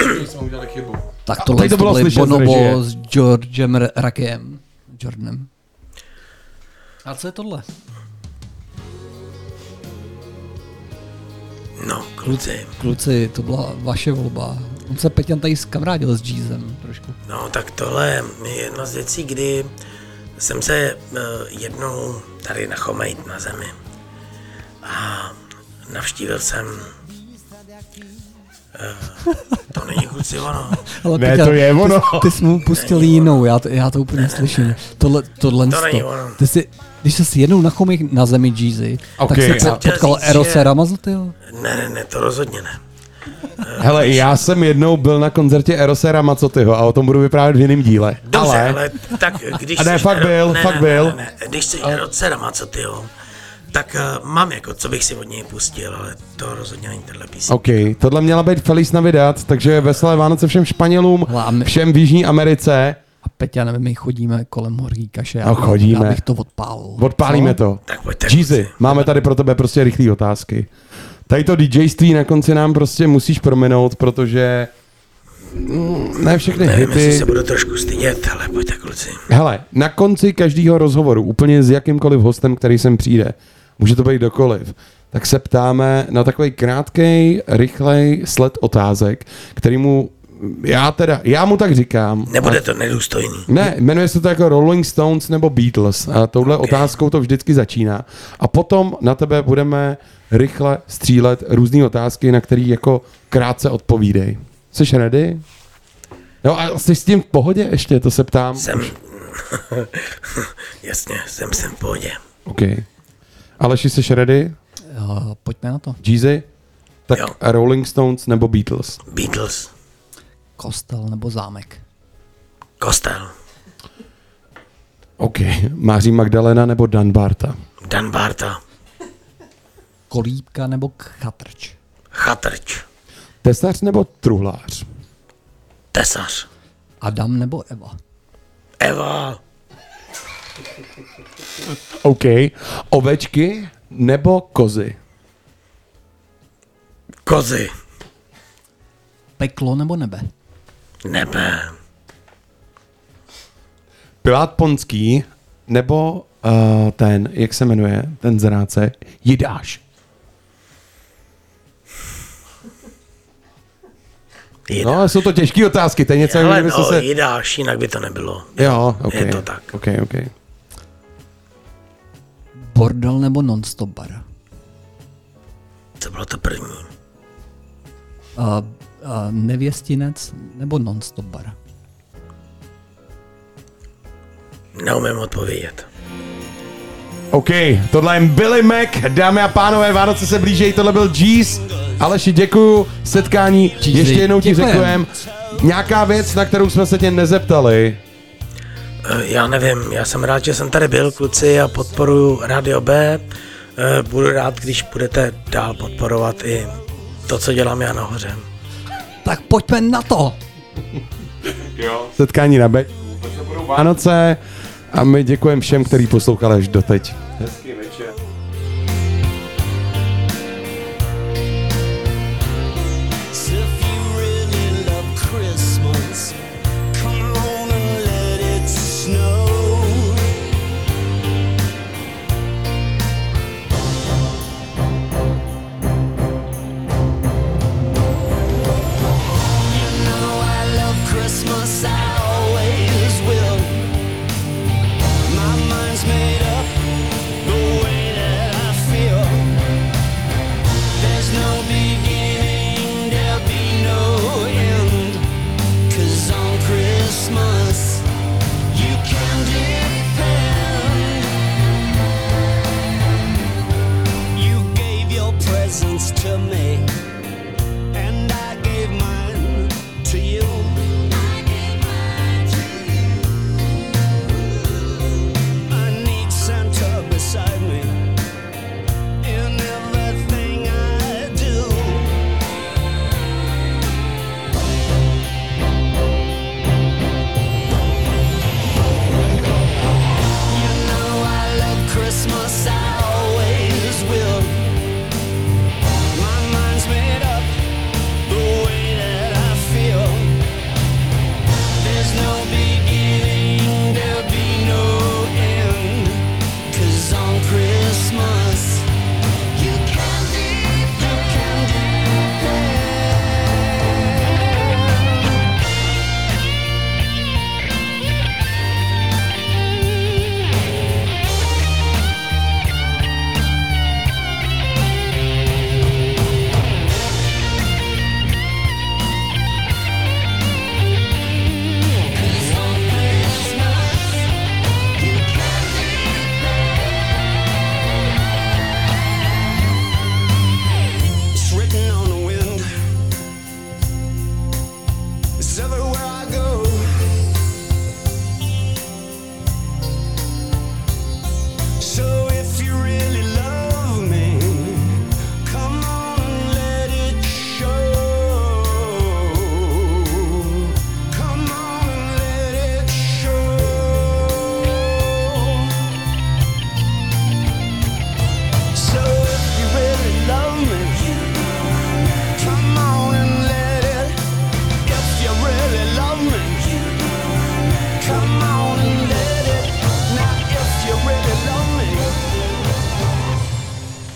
jsme udělali chybu. Tak A tohle tady to bylo byly slyšet z Bonobo režie. s Georgem R- Rakiem. Jordanem. A co je tohle? No, kluci. Kluci, to byla vaše volba. On se Peťan tady skamarádil s Jeezem trošku. No, tak tohle je jedna z věcí, kdy jsem se uh, jednou tady na Chomejt na zemi a navštívil jsem uh, to není kluci ono. Ale Ne, Peťan, to je ono. Ty, ty jsi mu pustil jinou, já to, já to úplně slyším. Tohle, tohle To není sto. ono. Ty jsi, když jsi jednou na chomích na zemi Jeezy, Ok, tak jsi a- pot- potkal Chtěl říct, Erose že- Ramazotyho? Ne, ne, ne, to rozhodně ne. Hele, já jsem jednou byl na koncertě Erose Ramazotyho a o tom budu vyprávět v jiném díle. Dobře, ale... ale tak když A ne, jsi fakt Ero- byl, ne, fakt ne, byl. Ne, ne, ne, když jsi Eroce Ramazotyho, tak uh, mám jako, co bych si od něj pustil, ale to rozhodně není tenhle píseň. OK, tohle měla být Feliz Navidad, takže veselé Vánoce všem Španělům, Hele, a my- všem v Jižní Americe. A Peťa, nevím, my chodíme kolem horký kaše. Já, No, chodíme. Já bych to odpálil. Odpálíme Co? to. Tak pojďte. Jeezy, máme tady pro tebe prostě rychlé otázky. Tady to DJství na konci nám prostě musíš prominout, protože mm, ne všechny Nevím, jestli hity. se budu trošku stydět, ale pojďte kluci. Hele, na konci každého rozhovoru, úplně s jakýmkoliv hostem, který sem přijde, může to být kdokoliv, tak se ptáme na takový krátkej, rychlej sled otázek, který mu, já teda, já mu tak říkám. Nebude a- to nedůstojný. Ne, jmenuje se to jako Rolling Stones nebo Beatles a touhle okay. otázkou to vždycky začíná. A potom na tebe budeme rychle střílet různé otázky, na které jako krátce odpovídej. Jsi ready? Jo, a jsi s tím v pohodě ještě, to se ptám. Jsem... Jasně, jsem, jsem v pohodě. OK. Aleši, jsi ready? Jo, pojďme na to. Jeezy? Tak Jo. Rolling Stones nebo Beatles? Beatles. Kostel nebo zámek? Kostel. OK. Máří Magdalena nebo Dan Barta? Dan Barta. Kolíbka nebo chatrč? Chatrč. Tesař nebo truhlář? Tesař. Adam nebo Eva? Eva. OK. Ovečky nebo kozy? Kozy. Peklo nebo nebe? Nebe. Pilát Ponský nebo uh, ten, jak se jmenuje, ten zrádce, Jidáš. Jidáš. No, jsou to těžké otázky, to je něco, Ale kdyby no, se... Jidáš, jinak by to nebylo. Jo, ok. Je to tak. Ok, ok. Bordel nebo non-stop bar? To bylo to první. Uh, uh, nevěstinec nebo non-stop bar? Neumím odpovědět. OK, tohle je Billy Mac, dámy a pánové, Vánoce se blížejí, tohle byl Jeez. Aleši, děkuju, setkání, Jeezy, ještě jednou ti děkujem. řekujem. Nějaká věc, na kterou jsme se tě nezeptali. Eh, Já nevím, já jsem rád, že jsem tady byl, kluci, a podporuju Radio B. Eh, Budu rád, když budete dál podporovat i to, co dělám já nahoře. Tak pojďme na to! Setkání na Beč. To budou Vánoce a my děkujeme všem, kteří poslouchali až doteď. Hezký večer. So if you really love Christmas, come on and let it snow. You know I love Christmas, I always will. My mind's made up, the way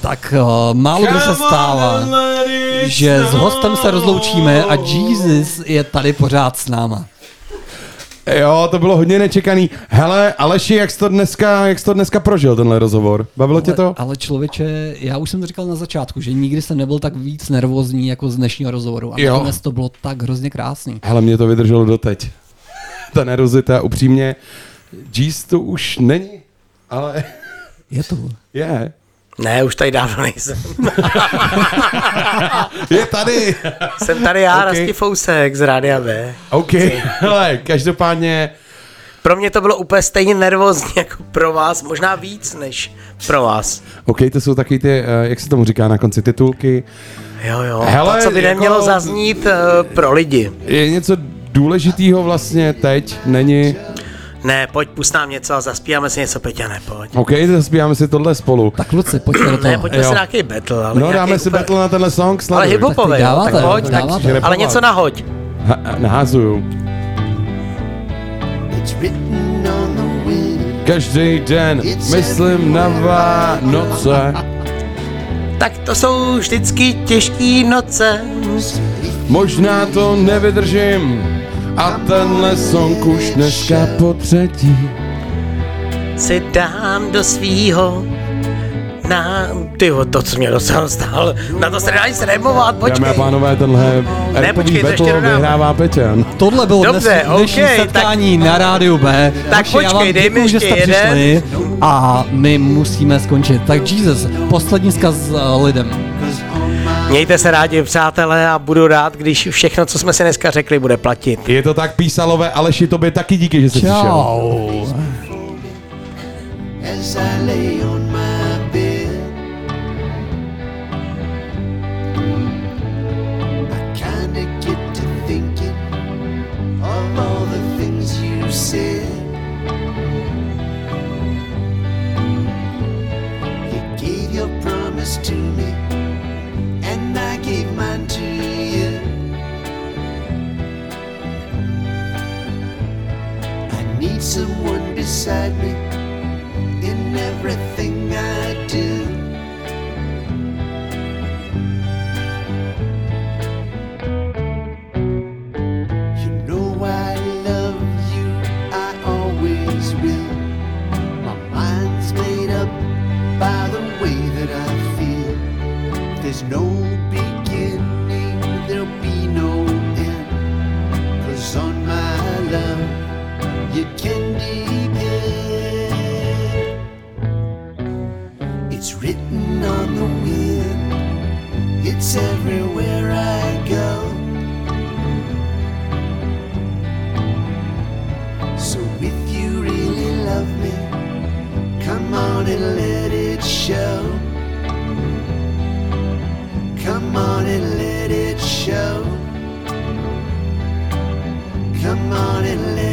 Tak uh, málo kdy se stává, že s hostem se rozloučíme a Jesus je tady pořád s náma. Jo, to bylo hodně nečekaný. Hele, Aleši, jak jsi to dneska, jak jsi to dneska prožil, tenhle rozhovor? Bavilo ale, tě to? Ale člověče, já už jsem to říkal na začátku, že nikdy jsem nebyl tak víc nervózní jako z dnešního rozhovoru. A nakonec to bylo tak hrozně krásný. Hele, mě to vydrželo doteď. Ta nervozita, upřímně. Jeez to už není, ale... Je to. Je. Ne, už tady dávno nejsem. Je tady. Jsem tady já, okay. Rasti Fousek z Rádia B. OK, hele, každopádně... Pro mě to bylo úplně stejně nervózní jako pro vás, možná víc než pro vás. OK, to jsou taky ty, jak se tomu říká na konci, titulky. Jo, jo, hele, to, co by jako... nemělo zaznít uh, pro lidi. Je něco důležitýho vlastně teď, není... Ne, pojď, pust nám něco a zaspíváme si něco, Peťa, ne, pojď. OK, zaspíváme si tohle spolu. Tak kluci, pojďme do toho. Ne, pojďme jo. si nějaký battle, ale no, dáme si úplně... battle na tenhle song, sleduj. Ale hiphopovej, jo, tak pojď, tak, dáváte. ale něco nahoď. Ha, naházuju. Každý den myslím na Vánoce. Tak to jsou vždycky těžký noce. Možná to nevydržím a tenhle song už dneska po třetí si dám do svýho na... Tyjo, to, co mě docela stál, na to se nedá nic removat, počkej. Dámy a pánové, tenhle ne, rapový battle vyhrává Peťan. Tohle bylo Dobře, dnes, dnešní okay, setkání tak, na Rádiu B. Tak Hoši, já vám počkej, dejme děkuju, že jste ještě přišli a my musíme skončit. Tak Jesus, poslední vzkaz uh, lidem. Mějte se rádi, přátelé, a budu rád, když všechno, co jsme si dneska řekli, bude platit. Je to tak, písalové, Aleši, tobě taky díky, že jsi přišel. Čau. As I lay on my bed, I kinda get to thinking of all the things you said. You gave your promise to me, and I gave mine to you. I need someone beside me in everything I do. You know I love you, I always will. My mind's made up by the way that I feel. There's no beginning, there'll be no end. 'Cause on my love you can depend. It's written on the wind, it's everywhere I go. So if you really love me, come on and let it show. Come on and let it show. Come on and let